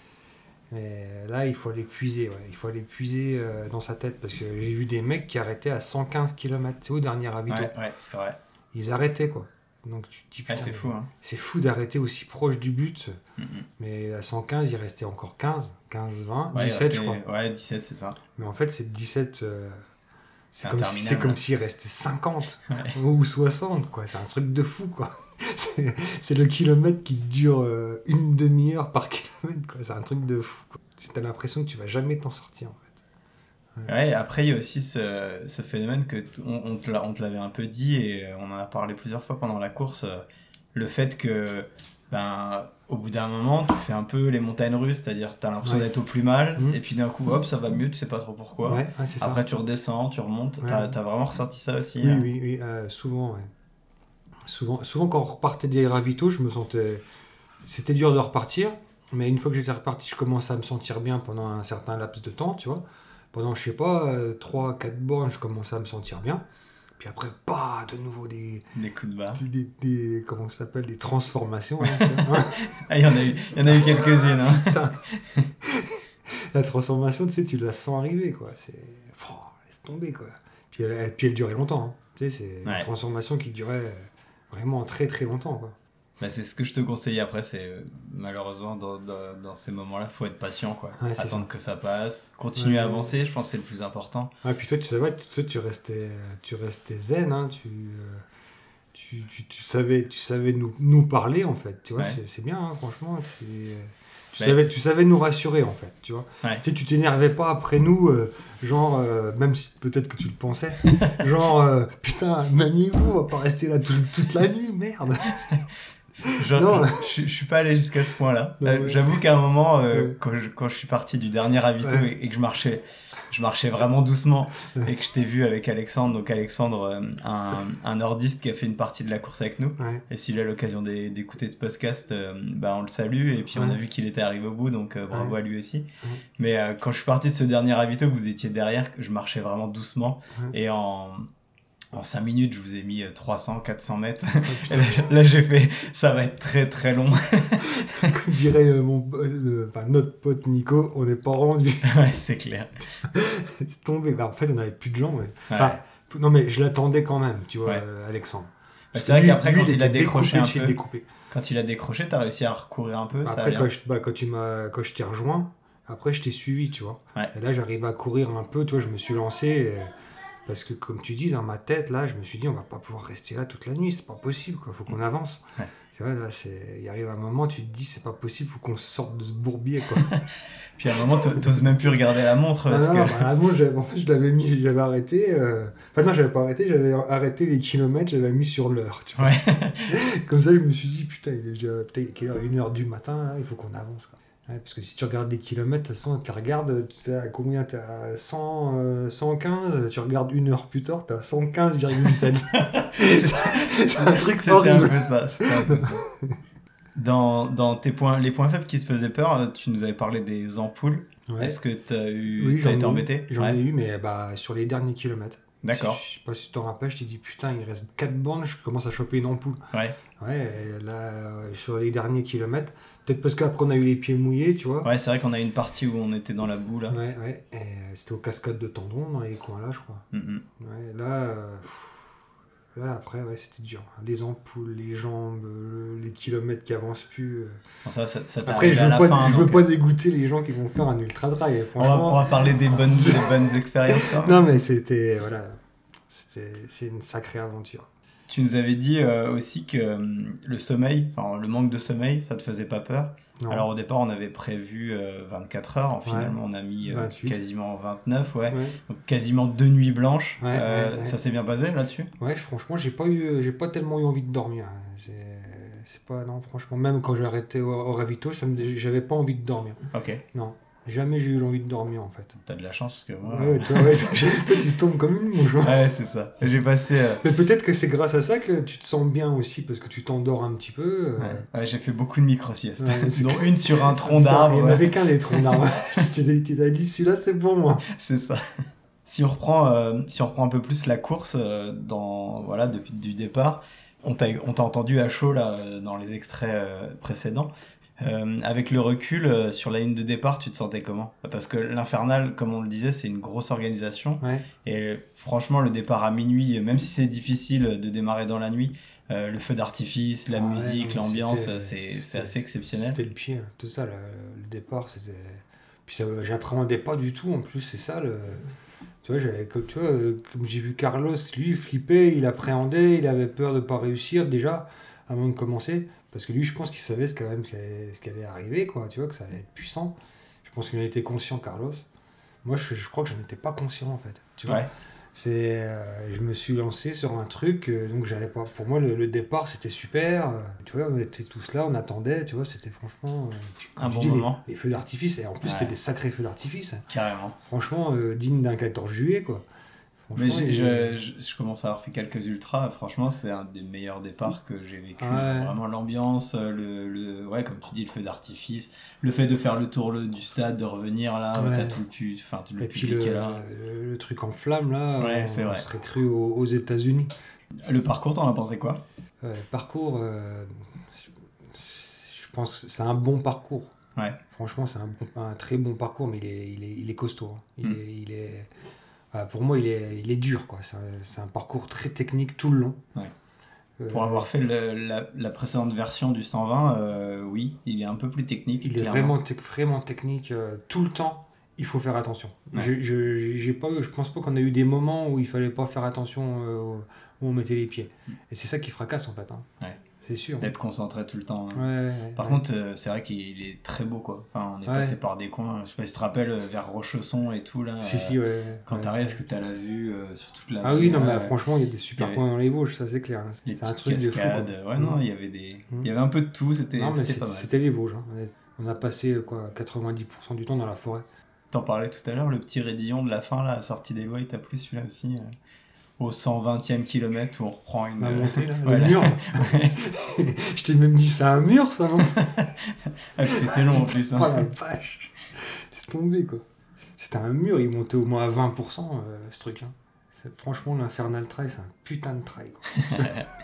Mais là, il faut aller puiser, ouais. Il faut aller puiser euh, dans sa tête, parce que j'ai vu des mecs qui arrêtaient à cent quinze kilomètres, c'est au dernier ravito. Ouais, ouais, c'est vrai. Ils arrêtaient, quoi. Donc tu te dis, putain, ouais, c'est fou, hein. C'est fou d'arrêter aussi proche du but. Mm-hmm. Mais à cent quinze, il restait encore quinze, quinze, vingt, ouais, dix-sept, restait... je crois. Ouais, dix-sept, c'est ça. Mais en fait, c'est dix-sept. Euh... C'est, c'est, comme si, c'est comme s'il restait cinquante ouais. ou soixante, quoi. C'est un truc de fou, quoi. c'est, c'est le kilomètre qui dure euh, une demi-heure par kilomètre, quoi. C'est un truc de fou, quoi. T'as l'impression que tu vas jamais t'en sortir, en fait. Ouais, ouais, après il y a aussi ce, ce phénomène que t- on, on, te l'a, on te l'avait un peu dit et on en a parlé plusieurs fois pendant la course, euh, le fait que ben, au bout d'un moment tu fais un peu les montagnes russes, c'est-à-dire tu as l'impression ouais. d'être au plus mal mmh. et puis d'un coup hop ça va mieux, tu sais pas trop pourquoi, ouais, ouais, c'est après ça. Tu redescends, tu remontes, ouais. t'as, t'as vraiment ressenti ça aussi oui, hein. oui, oui euh, souvent, ouais. souvent, souvent quand on repartait des ravitaux je me sentais, c'était dur de repartir. Mais une fois que j'étais reparti, je commençais à me sentir bien pendant un certain laps de temps, tu vois. pendant, je sais pas, trois quatre bornes, je commençais à me sentir bien. Puis après, bah, de nouveau des... Des coups de barre. Des, des, comment ça s'appelle, des transformations. Hein, ah, il y en a eu, il y en a eu quelques-unes. Hein. La transformation, tu sais, tu la sens arriver, quoi. C'est... Oh, laisse tomber, quoi. Puis elle, elle, puis elle durait longtemps. Hein. Tu sais, c'est ouais. une transformation qui durait vraiment très, très longtemps, quoi. Bah, c'est ce que je te conseille après, c'est euh, malheureusement dans, dans, dans ces moments-là, il faut être patient, quoi. Ouais, attendre ça. que ça passe, continuer ouais, à avancer, ouais. je pense que c'est le plus important. Ah, puis toi, tu savais, tu, tu, restais, tu restais zen, hein, tu, euh, tu, tu, tu savais, tu savais nous, nous parler, en fait, tu vois, ouais. c'est, c'est bien, hein, franchement, tu, tu, ouais. savais, tu savais nous rassurer, en fait, tu vois. Ouais. Tu sais, tu t'énervais pas après nous, euh, genre, euh, même si peut-être que tu le pensais, genre, euh, putain, maniez-vous, on va pas rester là tout, toute la nuit, merde. Je, je, je, je suis pas allé jusqu'à ce point-là. Non, euh, J'avoue qu'à un moment, euh, ouais. quand, je, quand je suis parti du dernier ravito ouais. et, et que je marchais, je marchais vraiment doucement ouais. et que je t'ai vu avec Alexandre, donc Alexandre, un, un nordiste qui a fait une partie de la course avec nous. Ouais. Et s'il a l'occasion d'écouter ce podcast, euh, bah on le salue. Et puis ouais. on a vu qu'il était arrivé au bout, donc euh, bravo ouais. à lui aussi. Ouais. Mais euh, quand je suis parti de ce dernier ravito, que vous étiez derrière, je marchais vraiment doucement ouais. et en En cinq minutes, je vous ai mis trois cents, quatre cents mètres. Oh, là, là, j'ai fait, ça va être très très long. Comme dirait euh, mon, euh, enfin, notre pote Nico, on n'est pas rendu. Ouais, c'est clair. C'est tombé. Bah, en fait, on n'avait plus de jambes. Ouais. Enfin, non, mais je l'attendais quand même, tu vois, ouais. euh, Alexandre. Bah, c'est vrai lui, qu'après, lui, quand il, il a décroché un peu, découpé. quand il a décroché, t'as réussi à recourir un peu. Après, ça quand, je, bah, quand, tu m'as, quand je t'ai rejoint, après, je t'ai suivi, tu vois. Ouais. Et là, j'arrivais à courir un peu, tu vois, je me suis lancé. Et... Parce que, comme tu dis, dans ma tête, là, je me suis dit, on va pas pouvoir rester là toute la nuit, c'est pas possible, quoi. Faut qu'on avance. Ouais. Tu vois, là, c'est... il arrive un moment, tu te dis, c'est pas possible, faut qu'on sorte de ce bourbier, quoi. Puis à un moment, t'oses même plus regarder la montre. Parce non, non, que... bah, la montre, j'avais... en fait, je l'avais mis, j'avais arrêté. Euh... Enfin, non, j'avais pas arrêté, j'avais arrêté les kilomètres, j'avais mis sur l'heure, tu vois. Ouais. Comme ça, je me suis dit, putain, il est déjà putain, il est quelle heure une heure du matin, là, il faut qu'on avance, quoi. Ouais, parce que si tu regardes les kilomètres, de toute façon, tu regardes, tu as combien? Tu as cent, euh, cent quinze, tu regardes une heure plus tard, tu as cent quinze virgule sept. c'est, c'est un truc horrible. C'était un peu ça. C'était un peu ça. Dans, dans tes points, les points faibles qui se faisaient peur, tu nous avais parlé des ampoules. Ouais. Est-ce que tu as eu, oui, t'as été embêté? J'en ouais. ai eu, mais bah, sur les derniers kilomètres. D'accord. Je sais pas si tu t'en rappelles, je t'ai dit putain, il reste quatre bornes, je commence à choper une ampoule. Ouais. Ouais, et là, sur les derniers kilomètres, peut-être parce qu'après on a eu les pieds mouillés, tu vois. Ouais, c'est vrai qu'on a eu une partie où on était dans la boue là. Ouais, ouais. Et c'était aux cascades de Tendon, dans les coins là, je crois. Mm-hmm. Ouais, là, euh, là après, ouais, c'était dur. Les ampoules, les jambes, euh, les kilomètres qui avancent plus. Euh... Bon, ça, ça, ça après, je veux, à la pas, fin, je veux donc... pas dégoûter les gens qui vont faire un ultra trail. On va, on va parler des bonnes, des bonnes expériences quand même. Non, mais c'était, voilà. C'est, c'est une sacrée aventure. Tu nous avais dit euh, aussi que euh, le sommeil, enfin le manque de sommeil, ça te faisait pas peur. Non. Alors au départ, on avait prévu euh, vingt-quatre heures. Finalement, ouais. on a mis euh, quasiment vingt-neuf, ouais. ouais. Donc quasiment deux nuits blanches. Ouais, euh, ouais, ouais. Ça s'est bien passé là-dessus? Ouais, franchement, j'ai pas eu, j'ai pas tellement eu envie de dormir. J'ai... C'est pas, non, franchement, même quand j'ai arrêté au, au ravito, ça me, j'avais pas envie de dormir. Ok. Non. Jamais j'ai eu l'envie de dormir en fait. T'as de la chance parce que moi. Ouais, toi, ouais, toi tu tombes comme une mouche. Ouais, c'est ça. J'ai passé. Euh... Mais peut-être que c'est grâce à ça que tu te sens bien aussi parce que tu t'endors un petit peu. Euh... Ouais. ouais, j'ai fait beaucoup de micro-siestes. Ouais, dont une sur un tronc d'arbre. Il n'y en avait qu'un des troncs d'arbre. tu t'as dit celui-là c'est pour moi. C'est ça. Si on reprend, euh, si on reprend un peu plus la course, euh, dans, voilà, depuis du départ, on t'a, on t'a entendu à chaud là, dans les extraits euh, précédents. Euh, avec le recul, euh, sur la ligne de départ, tu te sentais comment? Parce que l'Infernal, comme on le disait, c'est une grosse organisation. Ouais. Et franchement, le départ à minuit, même si c'est difficile de démarrer dans la nuit, euh, le feu d'artifice, la ah musique, ouais, l'ambiance, c'était, c'est, c'est assez exceptionnel. C'était le pied, tout ça, le, le départ, c'était... Puis ça, j'appréhendais pas du tout, en plus, c'est ça, le... Tu vois, j'avais, tu vois, comme j'ai vu Carlos, lui, il flippait, il appréhendait, il avait peur de pas réussir, déjà, avant de commencer. Parce que lui, je pense qu'il savait ce, quand même, ce, qui allait, ce qui allait arriver, quoi, tu vois, que ça allait être puissant. Je pense qu'il en était conscient, Carlos. Moi, je, je crois que je n'étais pas conscient, en fait. Tu vois, ouais. c'est, euh, je me suis lancé sur un truc, euh, donc j'avais pas... Pour moi, le, le départ, c'était super. Euh, tu vois, on était tous là, on attendait, tu vois, c'était franchement... Euh, un bon dis, moment. Les, les feux d'artifice, et en plus, ouais. c'était des sacrés feux d'artifice. Carrément. Franchement, euh, digne d'un quatorze juillet, quoi. Mais j'ai, il- je, je, je commence à avoir fait quelques ultras. Franchement, c'est un des meilleurs départs que j'ai vécu. Ouais. Vraiment l'ambiance, le, le, ouais, comme tu dis, le feu d'artifice, le fait de faire le tour le, du stade, de revenir là, Ouais. t'as tout le, pu, enfin, tout le Et puis public le, qui est là. le, le truc en flamme là, Ouais, on, c'est vrai. on serait cru aux, aux États-Unis. Le parcours, t'en as pensé quoi? Euh, parcours, euh, je, je pense que c'est un bon parcours. Ouais. Franchement, c'est un, bon- un très bon parcours, mais il est, il est, il est costaud. hein. Il Mm. est, il est, voilà, pour moi, il est, il est dur. Quoi. C'est, un, c'est un parcours très technique tout le long. Ouais. Euh, Pour avoir fait le, la, la précédente version du cent vingt, euh, oui, il est un peu plus technique. Il est clairement. vraiment, tec- vraiment technique euh, tout le temps. Il faut faire attention. Ouais. Je, je, j'ai pas, je pense pas qu'on a eu des moments où il fallait pas faire attention euh, où on mettait les pieds. Et c'est ça qui fracasse en fait. Hein. Ouais. C'est sûr. D'être concentré tout le temps. hein. Ouais, ouais, ouais, Par ouais. contre, euh, c'est vrai qu'il est très beau, quoi. Enfin, on est Ouais. passé par des coins. Je sais pas si tu te rappelles, euh, vers Rochesson et tout, là. Si, euh, si, ouais. Quand ouais. t'arrives, que t'as la vue euh, sur toute la Ah oui, ville, non, mais là, franchement, il y a des super il y avait coins dans les Vosges, ça c'est clair. hein. les C'est un petites truc de fou. cascades. quoi. Ouais, Mm. non, il y avait des... Mm. Il y avait un peu de tout, c'était, Non, mais c'était c'est- pas mal. c'était les Vosges. hein. On a passé quoi, quatre-vingt-dix pour cent du temps dans la forêt. T'en parlais tout à l'heure, le petit raidillon de la fin, là, sortie des lois, il t'a plu celui-là aussi euh, au cent vingtième kilomètre où on reprend une... La montée, là, Ouais, le là. mur. Ouais. Je t'ai même dit, c'est un mur, ça, non Ah, puis c'était long en plus. Hein. Oh la vache. Laisse tomber, quoi. C'était un mur, il montait au moins à vingt pour cent, euh, ce truc. Hein. C'est- Franchement, l'Infernal Trail, c'est un putain de trail, quoi.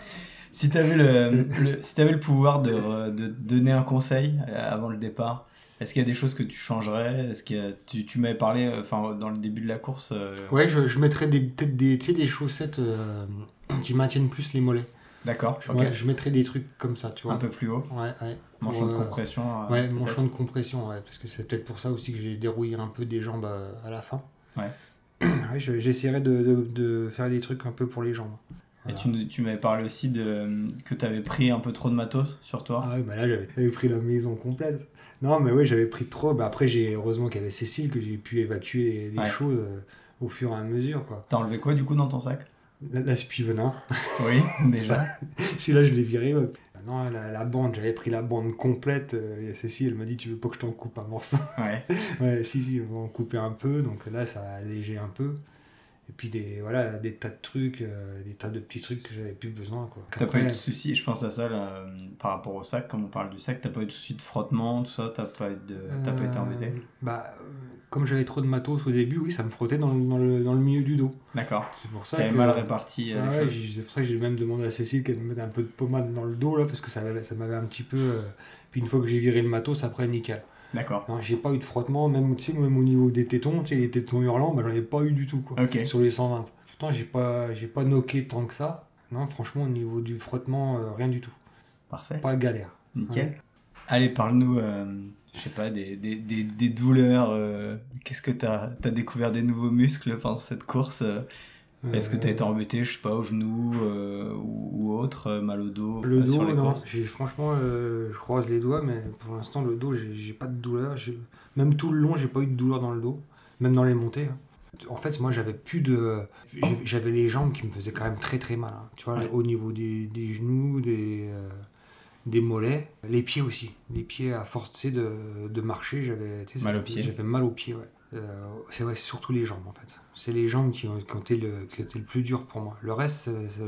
Si t'avais le, le, si t'avais le pouvoir de, re- de donner un conseil euh, avant le départ, est-ce qu'il y a des choses que tu changerais? Est-ce qu'il y a, tu, tu m'avais parlé, euh, enfin, dans le début de la course. euh, Ouais, je, je mettrais des, peut-être des, tu sais, des chaussettes euh, qui maintiennent plus les mollets. D'accord. Je, ok. ouais, je mettrais des trucs comme ça, tu vois. Un peu plus haut. Ouais, ouais. Manchon Pour, de euh, compression. euh, Ouais, peut-être. manchon de compression, ouais, parce que c'est peut-être pour ça aussi que j'ai dérouillé un peu des jambes à, à la fin. Ouais. Ouais, je- j'essaierai de, de, de faire des trucs un peu pour les jambes. Et Voilà. tu, tu m'avais parlé aussi de, que tu avais pris un peu trop de matos sur toi. Ah ouais, bah là j'avais j'avais pris la maison complète. Non, mais ouais, j'avais pris trop. Bah après, j'ai heureusement qu'il y avait Cécile que j'ai pu évacuer des, des Ouais. choses euh, au fur et à mesure, quoi. T'as enlevé quoi du coup dans ton sac? La, la spivenin. Oui, déjà. Celui-là, je l'ai viré. ouais. Non, la, la bande, j'avais pris la bande complète. euh, et Cécile, elle m'a dit, tu veux pas que je t'en coupe un morceau? Ouais. Ouais, si, si, on va en couper un peu. Donc là, ça a allégé un peu. Et puis des, voilà, des tas de trucs, euh, des tas de petits trucs que j'avais plus besoin, quoi. T'as pas Après, eu de soucis, je pense à ça là, euh, par rapport au sac, comme on parle du sac, t'as pas eu de soucis de frottement, tout ça, t'as pas, eu de, t'as pas été euh, embêté? Bah, euh, comme j'avais trop de matos au début, oui, ça me frottait dans le, dans le, dans le milieu du dos. D'accord. C'est pour ça T'avais que- mal réparti euh, Ah les ouais, choses. j'ai- c'est pour ça que j'ai même demandé à Cécile qu'elle me mette un peu de pommade dans le dos, là, parce que ça, m'avait- ça m'avait un petit peu... euh, Puis une fois que j'ai viré le matos, après, nickel. D'accord. Non, j'ai pas eu de frottement, même, tu sais, même au niveau des tétons, tu sais, les tétons hurlants, bah, j'en ai pas eu du tout, quoi. Ok. Sur les cent vingt. Pourtant, j'ai pas, j'ai pas knocké tant que ça. Non, franchement, au niveau du frottement, euh, rien du tout. Parfait. Pas de galère. Nickel. Ouais. Allez, parle-nous, euh, je sais pas, des, des, des, des douleurs. euh, Qu'est-ce que t'as as découvert des nouveaux muscles pendant cette course euh, Est-ce que t'as été embêté, je sais pas, au genou euh, ou, ou autre, euh, mal au dos Le euh, sur dos, les non. courses? J'ai, franchement, euh, je croise les doigts, mais pour l'instant, le dos, j'ai, j'ai pas de douleur. J'ai- Même tout le long, j'ai pas eu de douleur dans le dos, même dans les montées. hein. En fait, moi, j'avais plus de. j'ai- J'avais les jambes qui me faisaient quand même très très mal. hein. Tu vois, Ouais. au niveau des, des genoux, des, euh, des mollets, les pieds aussi. Les pieds, à force tu sais, de, de marcher, j'avais. tu sais, Mal ça- aux pieds. J'avais mal aux pieds, ouais. Euh, c'est vrai, c'est surtout les jambes en fait. C'est les jambes qui ont, qui ont été le, qui ont été le plus dur pour moi. Le reste, c'est, c'est,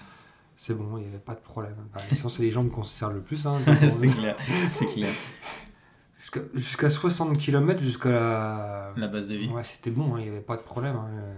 c'est bon, il n'y avait pas de problème. Bah, sinon, c'est les jambes qu'on se sert le plus. Hein, de toute façon. C'est clair, c'est clair. Jusqu'à, jusqu'à soixante kilomètres, jusqu'à la... La base de vie. Ouais, c'était bon, hein, il n'y avait pas de problème. hein. Euh,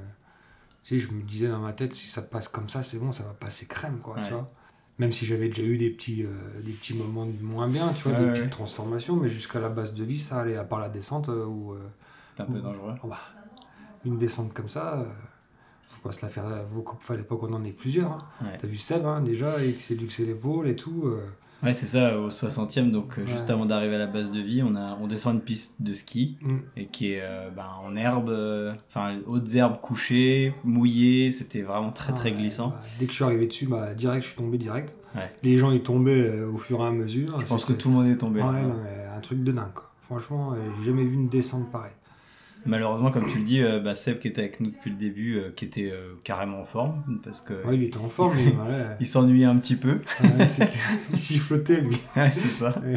Tu sais, je me disais dans ma tête, si ça passe comme ça, c'est bon, ça va passer crème, quoi, Ouais. tu vois. Même si j'avais déjà eu des petits, euh, des petits moments de moins bien, tu vois, Ouais, des ouais, petites ouais. transformations, mais jusqu'à la base de vie, ça allait, à part la descente euh, où... euh, C'était un peu où- dangereux. oh bah, une descente comme ça, euh, faut pas se la faire... Il fallait pas qu'on en ait plusieurs. Hein. Ouais. T'as vu Seb, hein, déjà, et qui s'est luxé l'épaule et tout. euh, Ouais, c'est ça, au soixantième, donc euh, Ouais. juste avant d'arriver à la base de vie, on, a, on descend une piste de ski Mm. et qui est euh, ben, en herbe, euh, enfin hautes herbes couchées, mouillées, c'était vraiment très très Ouais, glissant. bah, dès que je suis arrivé dessus, bah, direct, je suis tombé direct. Ouais. Les gens, ils tombaient euh, au fur et à mesure. Je pense que C'était- tout le monde est tombé. Ouais, là. non, mais un truc de dingue, quoi. Franchement, euh, j'ai jamais vu une descente pareille. Malheureusement, comme tu le dis, euh, bah, Seb qui était avec nous depuis le début, euh, qui était euh, carrément en forme, parce que Ouais, il était en forme, mais ouais. il s'ennuyait un petit peu. Ouais, c'est clair. Il sifflotait, lui. Ouais, c'est ça. Ouais.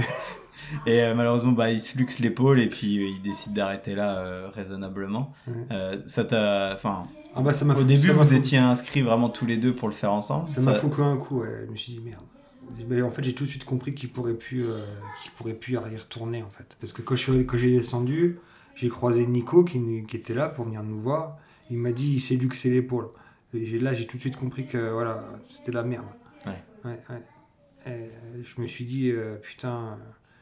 Et euh, malheureusement, bah, il se luxe l'épaule et puis euh, il décide d'arrêter là euh, raisonnablement. Ouais. Euh, ça t'a, enfin, Ah bah ça m'a Au fou- début, ça m'a vous fou- étiez inscrits vraiment tous les deux pour le faire ensemble. Ça, m'a foutu un coup, ouais. Je me suis dit merde. Mais en fait, j'ai tout de suite compris qu'il pourrait plus, euh, qu'il pourrait plus y retourner en fait. Parce que quand, je, quand j'ai descendu, j'ai croisé Nico qui, qui était là pour venir nous voir. Il m'a dit il s'est luxé l'épaule. Et j'ai- là, j'ai tout de suite compris que voilà, c'était la merde. Ouais. Ouais, ouais. Et je me suis dit euh, putain.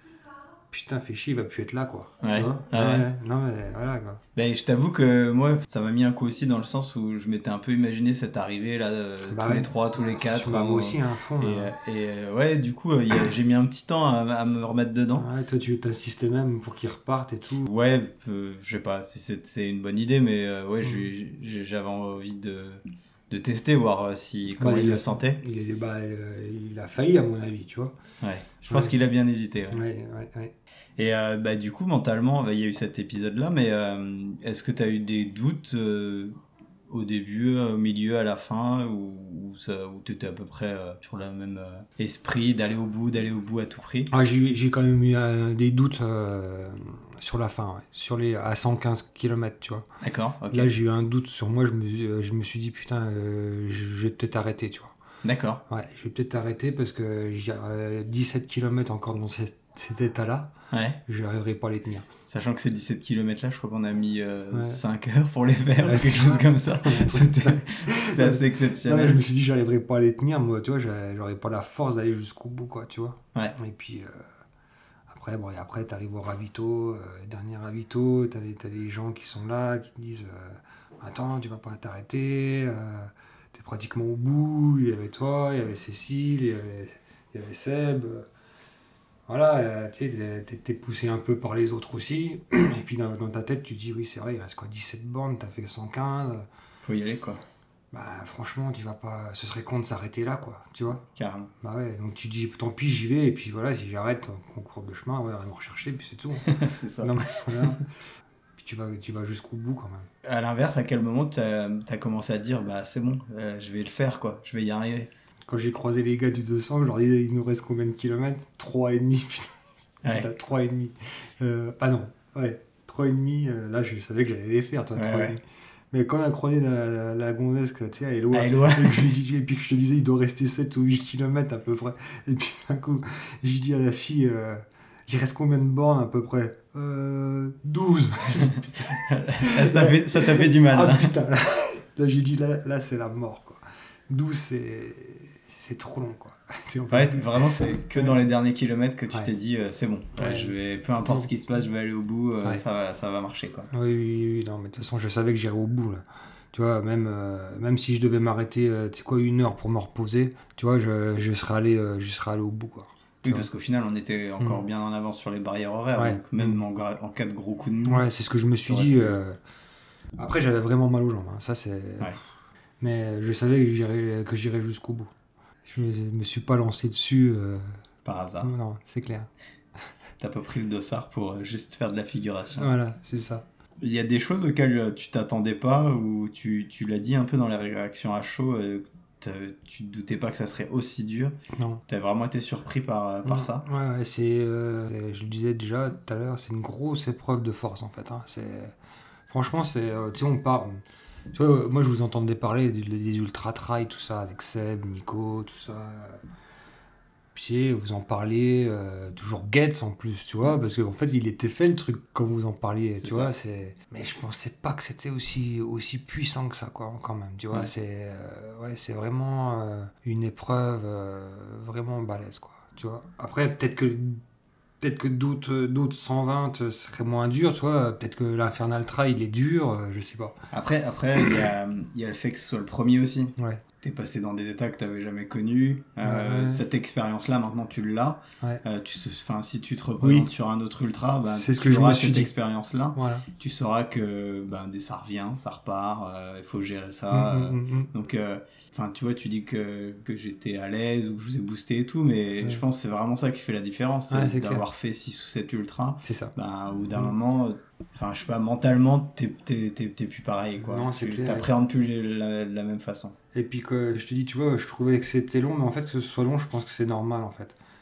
Putain, fait chier, il va plus être là, quoi. Ouais. Tu vois Ah ouais. ouais. Non, mais voilà, quoi. Ben, je t'avoue que moi, ça m'a mis un coup aussi dans le sens où je m'étais un peu imaginé cette arrivée là, euh, Bah tous ouais. les trois, tous les quatre. Bah, moi euh, aussi, hein, à fond, Et, là. euh, et, euh, ouais, du coup, euh, y a- j'ai mis un petit temps à, à me remettre dedans. Ouais, toi, tu t'insistais même pour qu'ils repartent et tout. Ouais, euh, je sais pas si c'est, c'est une bonne idée, mais euh, ouais, Mhm. j'ai- j'ai- j'avais envie de, de tester, voir euh, si comment Bah, il a- le sentait. Il, est- bah, euh, il a failli, à mon avis, tu vois. Ouais, je pense Ouais. qu'il a bien hésité. Ouais. Ouais, ouais, ouais. Et euh, bah, du coup, mentalement, bah, il y a eu cet épisode-là, mais euh, est-ce que tu as eu des doutes euh, au début, au milieu, à la fin, ou ou ça- ou tu étais à peu près euh, sur le même euh, esprit d'aller au bout, d'aller au bout à tout prix? Ah, j'ai, eu- j'ai quand même eu euh, des doutes euh, sur la fin, ouais. Sur les, à cent quinze kilomètres, tu vois. D'accord, ok. Là, j'ai eu un doute sur moi, je me, euh, je me suis dit, putain, euh, je vais peut-être arrêter, tu vois. D'accord. Ouais, je vais peut-être arrêter parce que j'ai euh, dix-sept kilomètres encore dans cet, cet état-là. Ouais. Je n'arriverai pas à les tenir. Sachant que ces dix-sept kilomètres là, je crois qu'on a mis euh, Ouais. cinq heures pour les faire, Ouais. ou quelque chose comme ça. C'était, c'était assez Non, exceptionnel. mais je me suis dit, j'arriverai pas à les tenir, moi, tu vois, j'a- j'aurais pas la force d'aller jusqu'au bout, quoi, tu vois. Ouais. Et puis, euh, après, bon, et après, t'arrives au ravito, euh, dernier ravito, t'as les, t'as les gens qui sont là, qui te disent, euh, attends, tu vas pas t'arrêter, euh, t'es pratiquement au bout, il y avait toi, il y avait Cécile, il y avait, il y avait Seb, euh, voilà, euh, tu sais, t'es- t'es, t'es poussé un peu par les autres aussi, et puis dans, dans ta tête, tu te dis, oui, c'est vrai, il reste quoi, dix-sept bornes, t'as fait cent quinze, Faut y aller, quoi. bah franchement, tu vas pas, ce serait con de s'arrêter là, quoi, tu vois. Carrément. Bah ouais, donc tu dis, tant pis, j'y vais, et puis voilà, si j'arrête en cours de chemin, ouais, on va me rechercher, puis c'est tout. C'est ça. Non, mais voilà. Puis tu vas, tu vas jusqu'au bout quand même. À l'inverse, à quel moment tu as commencé à te dire, bah c'est bon, euh, je vais le faire, quoi, je vais y arriver? Quand j'ai croisé les gars du deux cents, je leur disais, il nous reste combien de kilomètres? trois et demi, putain. Ouais. Putain, trois et demi. Euh, ah non, ouais, trois et demi, euh, là je savais que j'allais les faire, toi, Ouais, trois ouais. et demi. Mais quand on a croisé la, la, la gonzesse, que, tu sais, à Eloi, À Eloi. et, que je lui dis- et puis que je te disais, il doit rester sept ou huit kilomètres à peu près. Et puis d'un coup, j'ai dit à la fille, euh, il reste combien de bornes à peu près? Euh, douze. Là, ça t'a fait- ça t'a fait du mal, Ah là. putain, là, là, j'ai dit, là, là c'est la mort, quoi. douze, c'est, c'est trop long, quoi. Tu sais, on peut- Ouais, vraiment, c'est que dans les derniers kilomètres que tu Ouais. t'es dit, euh, c'est bon, ouais, Ouais. je vais, peu importe ce qui se passe, je vais aller au bout, euh, Ouais. ça, va, ça va marcher, quoi. Oui, oui, oui, non, mais de toute façon, je savais que j'irais au bout, là. Tu vois, même, euh, même si je devais m'arrêter, euh, tu sais quoi, une heure pour me reposer, tu vois, je, je, serais, allé, euh, je serais allé au bout, quoi. Tu Oui, vois. parce qu'au final, on était encore Mm. bien en avance sur les barrières horaires, Ouais. donc même en, gra- en cas de gros coup de mou. Ouais, c'est ce que je me suis t'aurais dit. pu- euh, Après, j'avais vraiment mal aux jambes, hein, ça c'est... Ouais. Mais je savais que j'irais, que j'irais jusqu'au bout. Je me, me suis pas lancé dessus. euh, Par hasard. Non, non, c'est clair. T'as pas pris le dossard pour euh, juste faire de la figuration. Voilà, c'est ça. Il y a des choses auxquelles euh, tu t'attendais pas, ou tu, tu l'as dit un peu dans les réactions à chaud, euh, t'as- tu te doutais pas que ça serait aussi dur. Non. T'as vraiment été surpris par, euh, par Mm. ça. Ouais, ouais, c'est, euh, je le disais déjà tout à l'heure, c'est une grosse épreuve de force en fait. Hein. C'est, franchement, c'est, euh, tu sais, on parle. Tu vois, euh, moi je vous entendais parler des, des ultra trail, tout ça, avec Seb, Nico, tout ça. Puis tu sais, vous en parliez, euh, toujours Getz en plus, tu vois, parce qu'en fait il était fait le truc quand vous en parliez, C'est tu ça. vois. C'est... Mais je pensais pas que c'était aussi, aussi puissant que ça, quoi, quand même, tu vois. Ouais. C'est, euh, ouais, c'est vraiment euh, une épreuve euh, vraiment balèze, quoi, tu vois. Après, peut-être que, peut-être que d'autres, d'autres cent vingt seraient moins durs, tu vois. Peut-être que l'Infernal Trail, il est dur, euh, je sais pas. Après, après il y a, il y a le fait que ce soit le premier aussi. Ouais. T'es passé dans des états que t'avais jamais connus. Euh, Ouais. Cette expérience-là, maintenant, tu l'as. Ouais. Euh, tu sais- enfin, si tu te représentes Oui. sur un autre ultra, ben, C'est ce tu que je auras me suis cette dit. expérience-là. Voilà. Tu sauras que ben, des- ça revient, ça repart, euh, il faut gérer ça. Mm, euh, mm, mm, mm. Donc, euh, enfin, tu vois, tu dis que, que j'étais à l'aise ou que je vous ai boosté et tout, mais Ouais. je pense que c'est vraiment ça qui fait la différence. Ouais, c'est c'est d'avoir fait six ou sept ultras. C'est ça. Ben, au bout d'un Mm. moment, euh, enfin, je sais pas, mentalement, t'es, t'es, t'es, t'es plus pareil, quoi. Non, c'est tu clair. t'appréhendes plus les- la, la même façon. Et puis que je te dis, tu vois, je trouvais que c'était long, mais en fait, que ce soit long, je pense que c'est normal, en fait.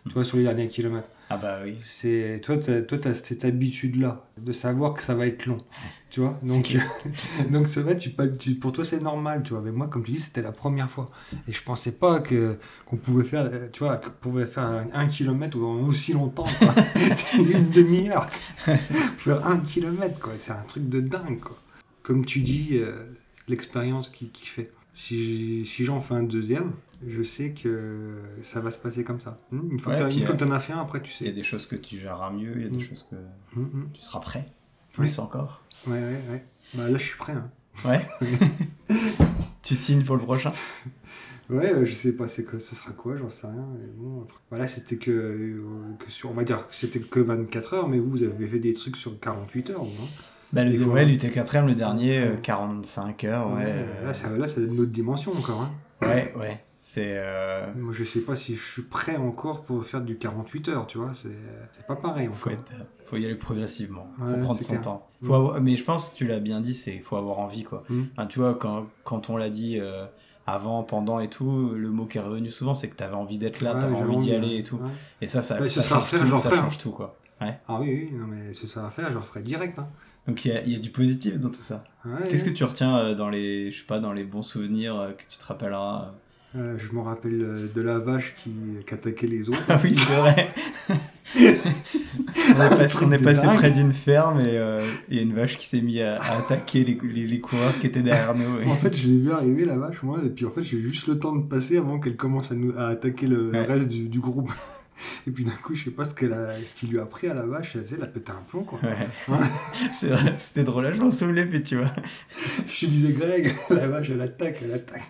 tu vois, sur les derniers kilomètres. Ah bah oui. C'est, toi, tu as cette habitude-là, de savoir que ça va être long, tu vois. Donc, donc ce fait, tu, tu, pour toi, c'est normal, tu vois. Mais moi, comme tu dis, c'était la première fois. Et je pensais pas que, qu'on pouvait faire, tu vois, qu'on pouvait faire un, un kilomètre en aussi longtemps, quoi. C'est une demi-heure. Faire un kilomètre, quoi. C'est un truc de dingue, quoi. Comme tu dis, euh, l'expérience qui, qui fait. Si, si j'en fais un deuxième, je sais que ça va se passer comme ça. Une fois ouais, que tu en as fait un, après tu sais. Il y a des choses que tu géreras mieux, il y a des mmh. choses que mmh. tu seras prêt. Plus oui. encore. Ouais, ouais, ouais. Bah là, je suis prêt. Hein. Ouais. Tu signes pour le prochain? Ouais, je sais pas c'est que, ce sera quoi, j'en sais rien. Mais bon, après. Voilà, c'était que, euh, que sur, on va dire que c'était que vingt-quatre heures, mais vous, vous avez fait des trucs sur quarante-huit heures, non? Bah, le, ouais, l'U T quatre M, le dernier, euh, quarante-cinq heures, ouais. ouais là, ça, là, c'est une autre dimension encore. Hein. Ouais, ouais. C'est. Euh... Moi, je sais pas si je suis prêt encore pour faire du quarante-huit heures, tu vois. C'est, c'est pas pareil encore. Faut, être, faut y aller progressivement. Faut ouais, prendre son clair. temps. Faut avoir, mais je pense, tu l'as bien dit, c'est faut avoir envie, quoi. Mm. Enfin, tu vois, quand, quand on l'a dit euh, avant, pendant et tout, le mot qui est revenu souvent, c'est que t'avais envie d'être là, ouais, t'avais envie d'y aller et tout. Ouais. Et ça, ça, ouais, ça, ça change, faire, tout, ça faire. change tout, quoi. Ouais. Ah oui, oui, non, mais ce sera à faire, je le ferai direct. Hein. Donc il y, y a du positif dans tout ça. Ouais, Qu'est-ce ouais. que tu retiens dans les, je sais pas, dans les bons souvenirs euh, que tu te rappelleras? euh, Je me rappelle euh, de la vache qui, qui attaquait les autres. Ah oui, c'est vrai. on est passé, on est passé près d'une ferme et il euh, y a une vache qui s'est mise à, à attaquer les, les, les coureurs qui étaient derrière nous. Et... En fait, je l'ai vu arriver la vache, moi, et puis en fait, j'ai juste le temps de passer avant qu'elle commence à, nous, à attaquer le, ouais. le reste du, du groupe. Et puis d'un coup, je sais pas ce, qu'elle a, ce qu'il lui a pris à la vache, elle, elle a pété un plomb, quoi. Ouais. Ouais. C'est vrai, c'était drôle, là, je m'en souvenais, puis tu vois. Je te disais, Greg, la vache, elle attaque, elle attaque.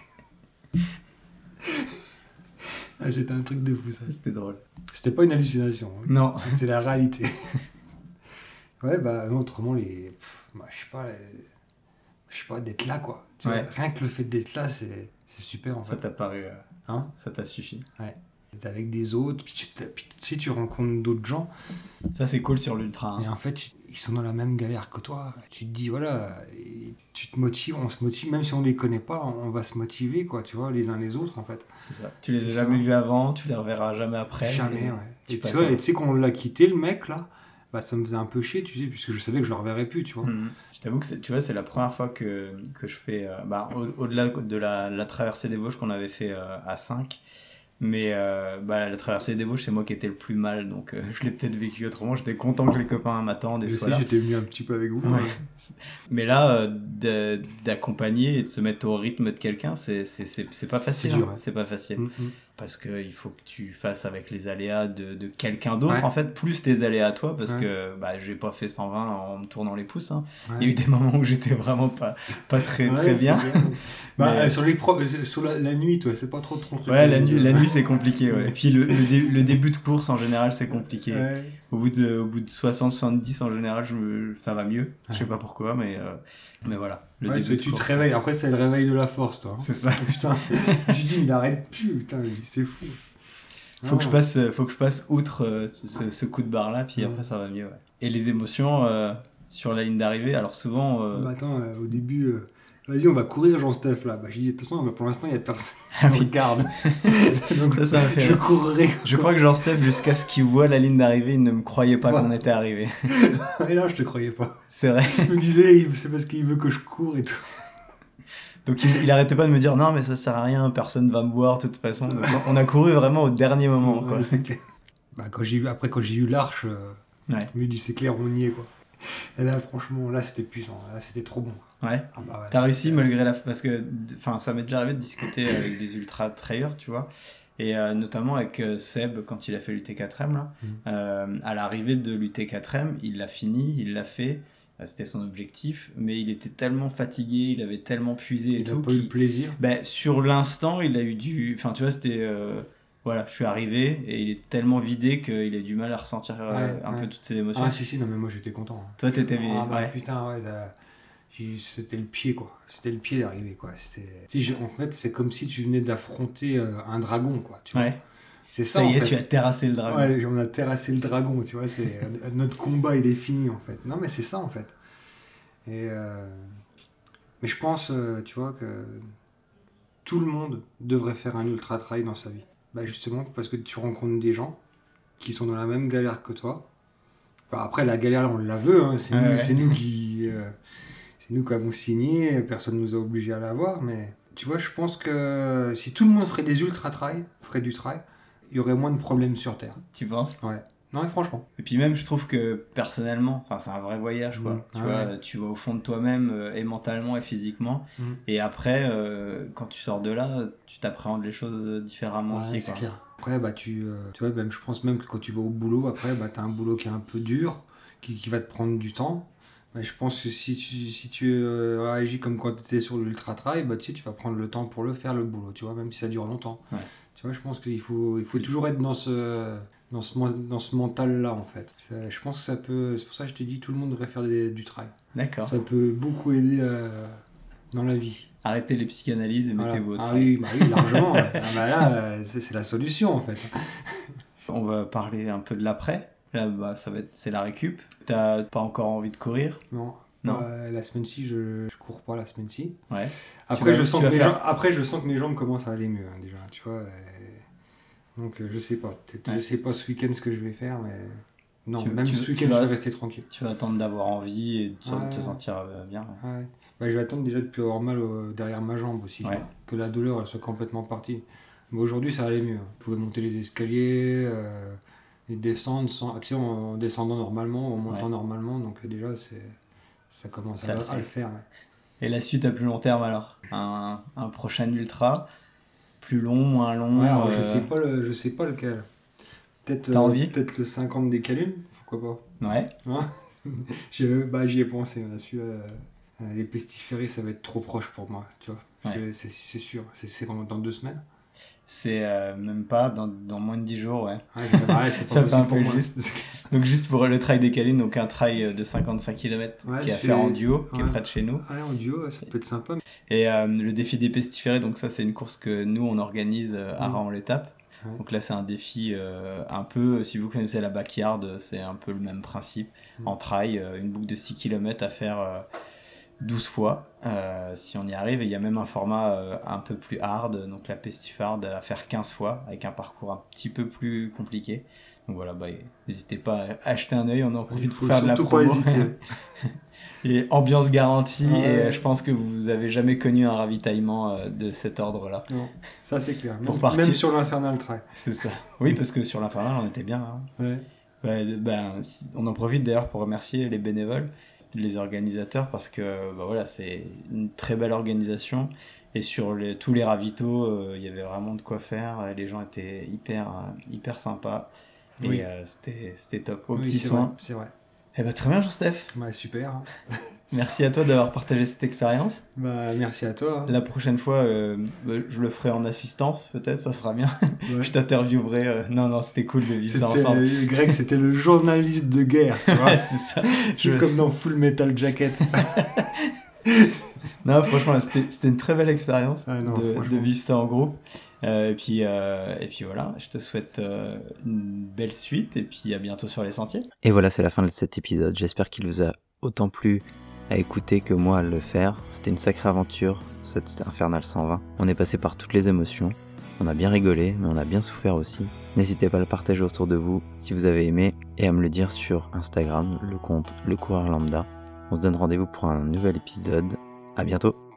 Ah, c'était un truc de fou, ça. C'était drôle. C'était pas une hallucination. Hein. Non. C'est la réalité. Ouais, bah, non, autrement, les. Pff, bah, je sais pas, les... je sais pas, d'être là, quoi. Tu ouais. vois, rien que le fait d'être là, c'est, c'est super, en ça fait. Ça t'a paru. Euh... Hein? Ça t'a suffi. Ouais. T'es avec des autres, puis tu, puis, tu sais, tu rencontres d'autres gens. Ça, c'est cool sur l'ultra. Hein. Et en fait, ils sont dans la même galère que toi. Tu te dis, voilà, tu te motives, on se motive, même si on les connaît pas, on va se motiver, quoi, tu vois, les uns les autres, en fait. C'est ça. Tu les as jamais vus avant, tu les reverras jamais après. Jamais, et ouais. Tu, et tu vois, et tu sais, quand on l'a quitté, le mec, là, bah, ça me faisait un peu chier, tu sais, puisque je savais que je le reverrais plus, tu vois. Mmh. Je t'avoue que c'est, tu vois, c'est la première fois que, que je fais, euh, bah, au, au-delà de la, la traversée des Vosges qu'on avait fait euh, à cinq. Mais euh, bah, la traversée des Vosges, c'est moi qui étais le plus mal, donc euh, je l'ai peut-être vécu autrement. J'étais content que les copains m'attendent. Et je sais, là. J'étais venu un petit peu avec vous. Ouais. Mais là, euh, de, d'accompagner et de se mettre au rythme de quelqu'un, c'est, c'est, c'est, c'est pas facile. C'est dur, hein. hein. C'est pas facile. Mm-hmm. Parce qu'il faut que tu fasses avec les aléas de, de quelqu'un d'autre, ouais. en fait, plus tes aléas à toi, parce ouais. que bah, j'ai pas fait cent vingt en me tournant les pouces. Hein. Ouais. Il y a eu des moments où j'étais vraiment pas, pas très, ouais, très bien. bien. Bah, mais... euh, sur les pro... sur la, la nuit, toi, c'est pas trop trop. Ouais, la, nu- la nuit, c'est compliqué. Ouais. Et puis le, le, dé- le début de course, en général, c'est compliqué. Ouais. Au bout de, au bout de soixante soixante-dix, en général, je me, ça va mieux. Ouais. Je sais pas pourquoi, mais, euh, mais voilà. Le ouais, début tu, de tu course, te réveilles. Après, c'est le réveil de la force, toi. Hein. C'est ça. Putain, je dis, il arrête plus. Putain, c'est fou. Faut, que je passe, faut que je passe outre euh, ce, ce coup de barre là, puis ouais. après ça va mieux. Ouais. Et les émotions euh, sur la ligne d'arrivée, alors souvent. Euh... Bah attends, euh, au début, euh, vas-y, on va courir Jean-Steph là. Bah j'ai dit, de toute façon, pour l'instant, il n'y a personne. Ah oui, garde. Donc ça, ça m'a fait. Je courrai. Je crois que Jean-Steph, jusqu'à ce qu'il voit la ligne d'arrivée, il ne me croyait pas ouais. qu'on était arrivé. Et là, je te croyais pas. C'est vrai. Je me disais, c'est parce qu'il veut que je cours et tout. Donc il, il arrêtait pas de me dire non mais ça sert à rien, personne va me voir de toute façon. Donc, on a couru vraiment au dernier moment. Quoi. Ouais, c'est clair. Bah, quand j'ai eu, après quand j'ai eu l'arche, euh, ouais. je me dis c'est clair, on y est quoi. Et là franchement là c'était puissant, là c'était trop bon. Ouais. Ah, bah, ouais T'as réussi c'était... malgré la parce que enfin ça m'est déjà arrivé de discuter avec des ultra trailers tu vois. Et euh, notamment avec euh, Seb quand il a fait l'U T quatre M là, mmh. euh, à l'arrivée de l'U T quatre M, il l'a fini, il l'a fait. C'était son objectif, mais il était tellement fatigué, il avait tellement puisé et il tout. Il a pas eu le plaisir. Ben, sur l'instant, il a eu du. Enfin, tu vois, c'était. Euh... Voilà, je suis arrivé et il est tellement vidé qu'il a eu du mal à ressentir euh, ouais, un ouais. peu toutes ses émotions. Ah, si, si, non, mais moi j'étais content. Hein. Toi, t'étais ah, bah, ouais. putain, ouais. Là, c'était le pied, quoi. C'était le pied d'arriver, quoi. C'était... Si, en fait, c'est comme si tu venais d'affronter euh, un dragon, quoi. Tu vois. Ouais. C'est ça, ça y en est, fait. tu as terrassé le dragon. Ouais, on a terrassé le dragon, tu vois. C'est... Notre combat, il est fini, en fait. Non, mais c'est ça, en fait. Et euh... Mais je pense, euh, tu vois, que tout le monde devrait faire un ultra trail dans sa vie. Bah justement, parce que tu rencontres des gens, qui sont dans la même galère que toi. Enfin, après, la galère, on la veut, hein. c'est, ouais, nous, ouais. c'est nous qui euh, c'est nous qui avons signé, personne ne nous a obligés à l'avoir, mais tu vois, je pense que si tout le monde ferait des ultra-trails, ferait du trail, il y aurait moins de problèmes sur Terre. Tu penses ? Ouais. Non, mais franchement. Et puis même, je trouve que personnellement, enfin, c'est un vrai voyage, quoi. Mmh. Tu ah vois, ouais. tu vas au fond de toi-même, euh, et mentalement et physiquement. Mmh. Et après, euh, quand tu sors de là, tu t'appréhendes les choses différemment ouais, aussi, c'est quoi. Clair. Après, bah, tu, euh, tu vois, même, je pense même que quand tu vas au boulot, après, bah, tu as un boulot qui est un peu dur, qui, qui va te prendre du temps. Bah, je pense que si tu, si tu euh, réagis comme quand tu étais sur l'ultra-trail, bah, tu sais, tu vas prendre le temps pour le faire, le boulot, tu vois, même si ça dure longtemps. Ouais. Tu vois, je pense qu'il faut, il faut toujours être dans ce... Dans ce, dans ce mental-là, en fait. Ça, je pense que ça peut... C'est pour ça que je te dis, tout le monde devrait faire des, du trail. D'accord. Ça peut beaucoup aider euh, dans la vie. Arrêtez les psychanalyses et voilà. Mettez-vous au trail. Ah oui, bah oui, largement. ah bah là, c'est, c'est la solution, en fait. On va parler un peu de l'après. Là, bah, ça va être, c'est la récup. T'as pas encore envie de courir ? Non. Non. Euh, la semaine-ci, je, je cours pas la semaine-ci. Ouais. Après, vas, je sens que mes faire... jambes, après, je sens que mes jambes commencent à aller mieux, hein, déjà. Tu vois. Et... Donc, euh, je sais pas. Peut-être, ouais. Je sais pas ce week-end ce que je vais faire, mais... Non, tu, même tu, ce week-end, vas, je vais rester tranquille. Tu vas attendre d'avoir envie et de ouais. te sentir euh, bien. Ouais. Ouais. Bah, je vais attendre déjà de plus avoir mal euh, derrière ma jambe aussi. Ouais. Que la douleur, elle soit complètement partie. Mais aujourd'hui, ça allait mieux. Je pouvais monter les escaliers, euh, et descendre, sans, tu sais, en descendant normalement, en montant ouais. normalement. Donc, euh, déjà, c'est, ça commence ça à, le à le faire. Ouais. Et la suite à plus long terme, alors ? un, un prochain ultra ? Plus long, moins long. Ouais, alors, euh... je sais pas le, je sais pas lequel. Peut-être, T'as euh, envie peut-être le cinquante des Calunes, pourquoi pas. Ouais. Hein j'y, bah, j'y ai pensé. Celui-là, euh, les pestiférés, ça va être trop proche pour moi, tu vois. Ouais. C'est, c'est sûr. C'est, c'est dans, dans deux semaines. C'est euh, même pas dans, dans moins de dix jours, ouais. Ouais, ouais c'est pas ça fait un peu juste. Donc juste pour le trail des Calunes, donc un trail de cinquante-cinq kilomètres ouais, qui est à faire en duo, ouais. qui est près de chez nous. Ouais, en duo, ça peut être sympa. Et euh, le défi des pestiférés, donc ça c'est une course que nous on organise à mmh. Raon-l'Étape. Ouais. Donc là c'est un défi euh, un peu, si vous connaissez la backyard, c'est un peu le même principe. Mmh. En trail, euh, une boucle de six kilomètres à faire euh, douze fois, euh, si on y arrive. Et il y a même un format euh, un peu plus hard, donc la pestifard à faire quinze fois, avec un parcours un petit peu plus compliqué. Donc voilà, bah, n'hésitez pas à acheter un œil, on en profite pour faire de la promo. Pas hésiter. Et ambiance garantie, ah ouais. Et euh, je pense que vous avez jamais connu un ravitaillement euh, de cet ordre-là. Non, ça c'est clair. Pour même, partir... même sur l'Infernal Trail. C'est ça. Oui, parce que sur l'Infernal, on était bien. Hein. Ouais. Bah, bah, on en profite d'ailleurs pour remercier les bénévoles, les organisateurs, parce que bah, voilà, c'est une très belle organisation. Et sur les, tous les ravitaux, il euh, y avait vraiment de quoi faire. Les gens étaient hyper, euh, hyper sympas. Et oui. euh, c'était, c'était top. Au oui, petit c'est soin. Vrai, c'est vrai. Eh ben, très bien, Jean-Steph. Bah, super. Merci à toi d'avoir partagé cette expérience. Bah, merci à toi. La prochaine fois, euh, bah, je le ferai en assistance, peut-être, ça sera bien. Ouais. Je t'interviewerai. Euh... Non, non, c'était cool de vivre c'était, ça ensemble. Greg, c'était le journaliste de guerre, tu vois. C'est ça. C'est je... comme dans Full Metal Jacket. Non, franchement, là, c'était, c'était une très belle expérience ah, non, de, de vivre ça en groupe. Euh, et, puis, euh, et puis voilà, je te souhaite euh, une belle suite et puis à bientôt sur les sentiers. Et voilà, c'est la fin de cet épisode. J'espère qu'il vous a autant plu à écouter que moi à le faire. C'était une sacrée aventure, cette Infernal cent vingt. On est passé par toutes les émotions. On a bien rigolé, mais on a bien souffert aussi. N'hésitez pas à le partager autour de vous si vous avez aimé et à me le dire sur Instagram, le compte Le Coureur Lambda. On se donne rendez-vous pour un nouvel épisode. À bientôt.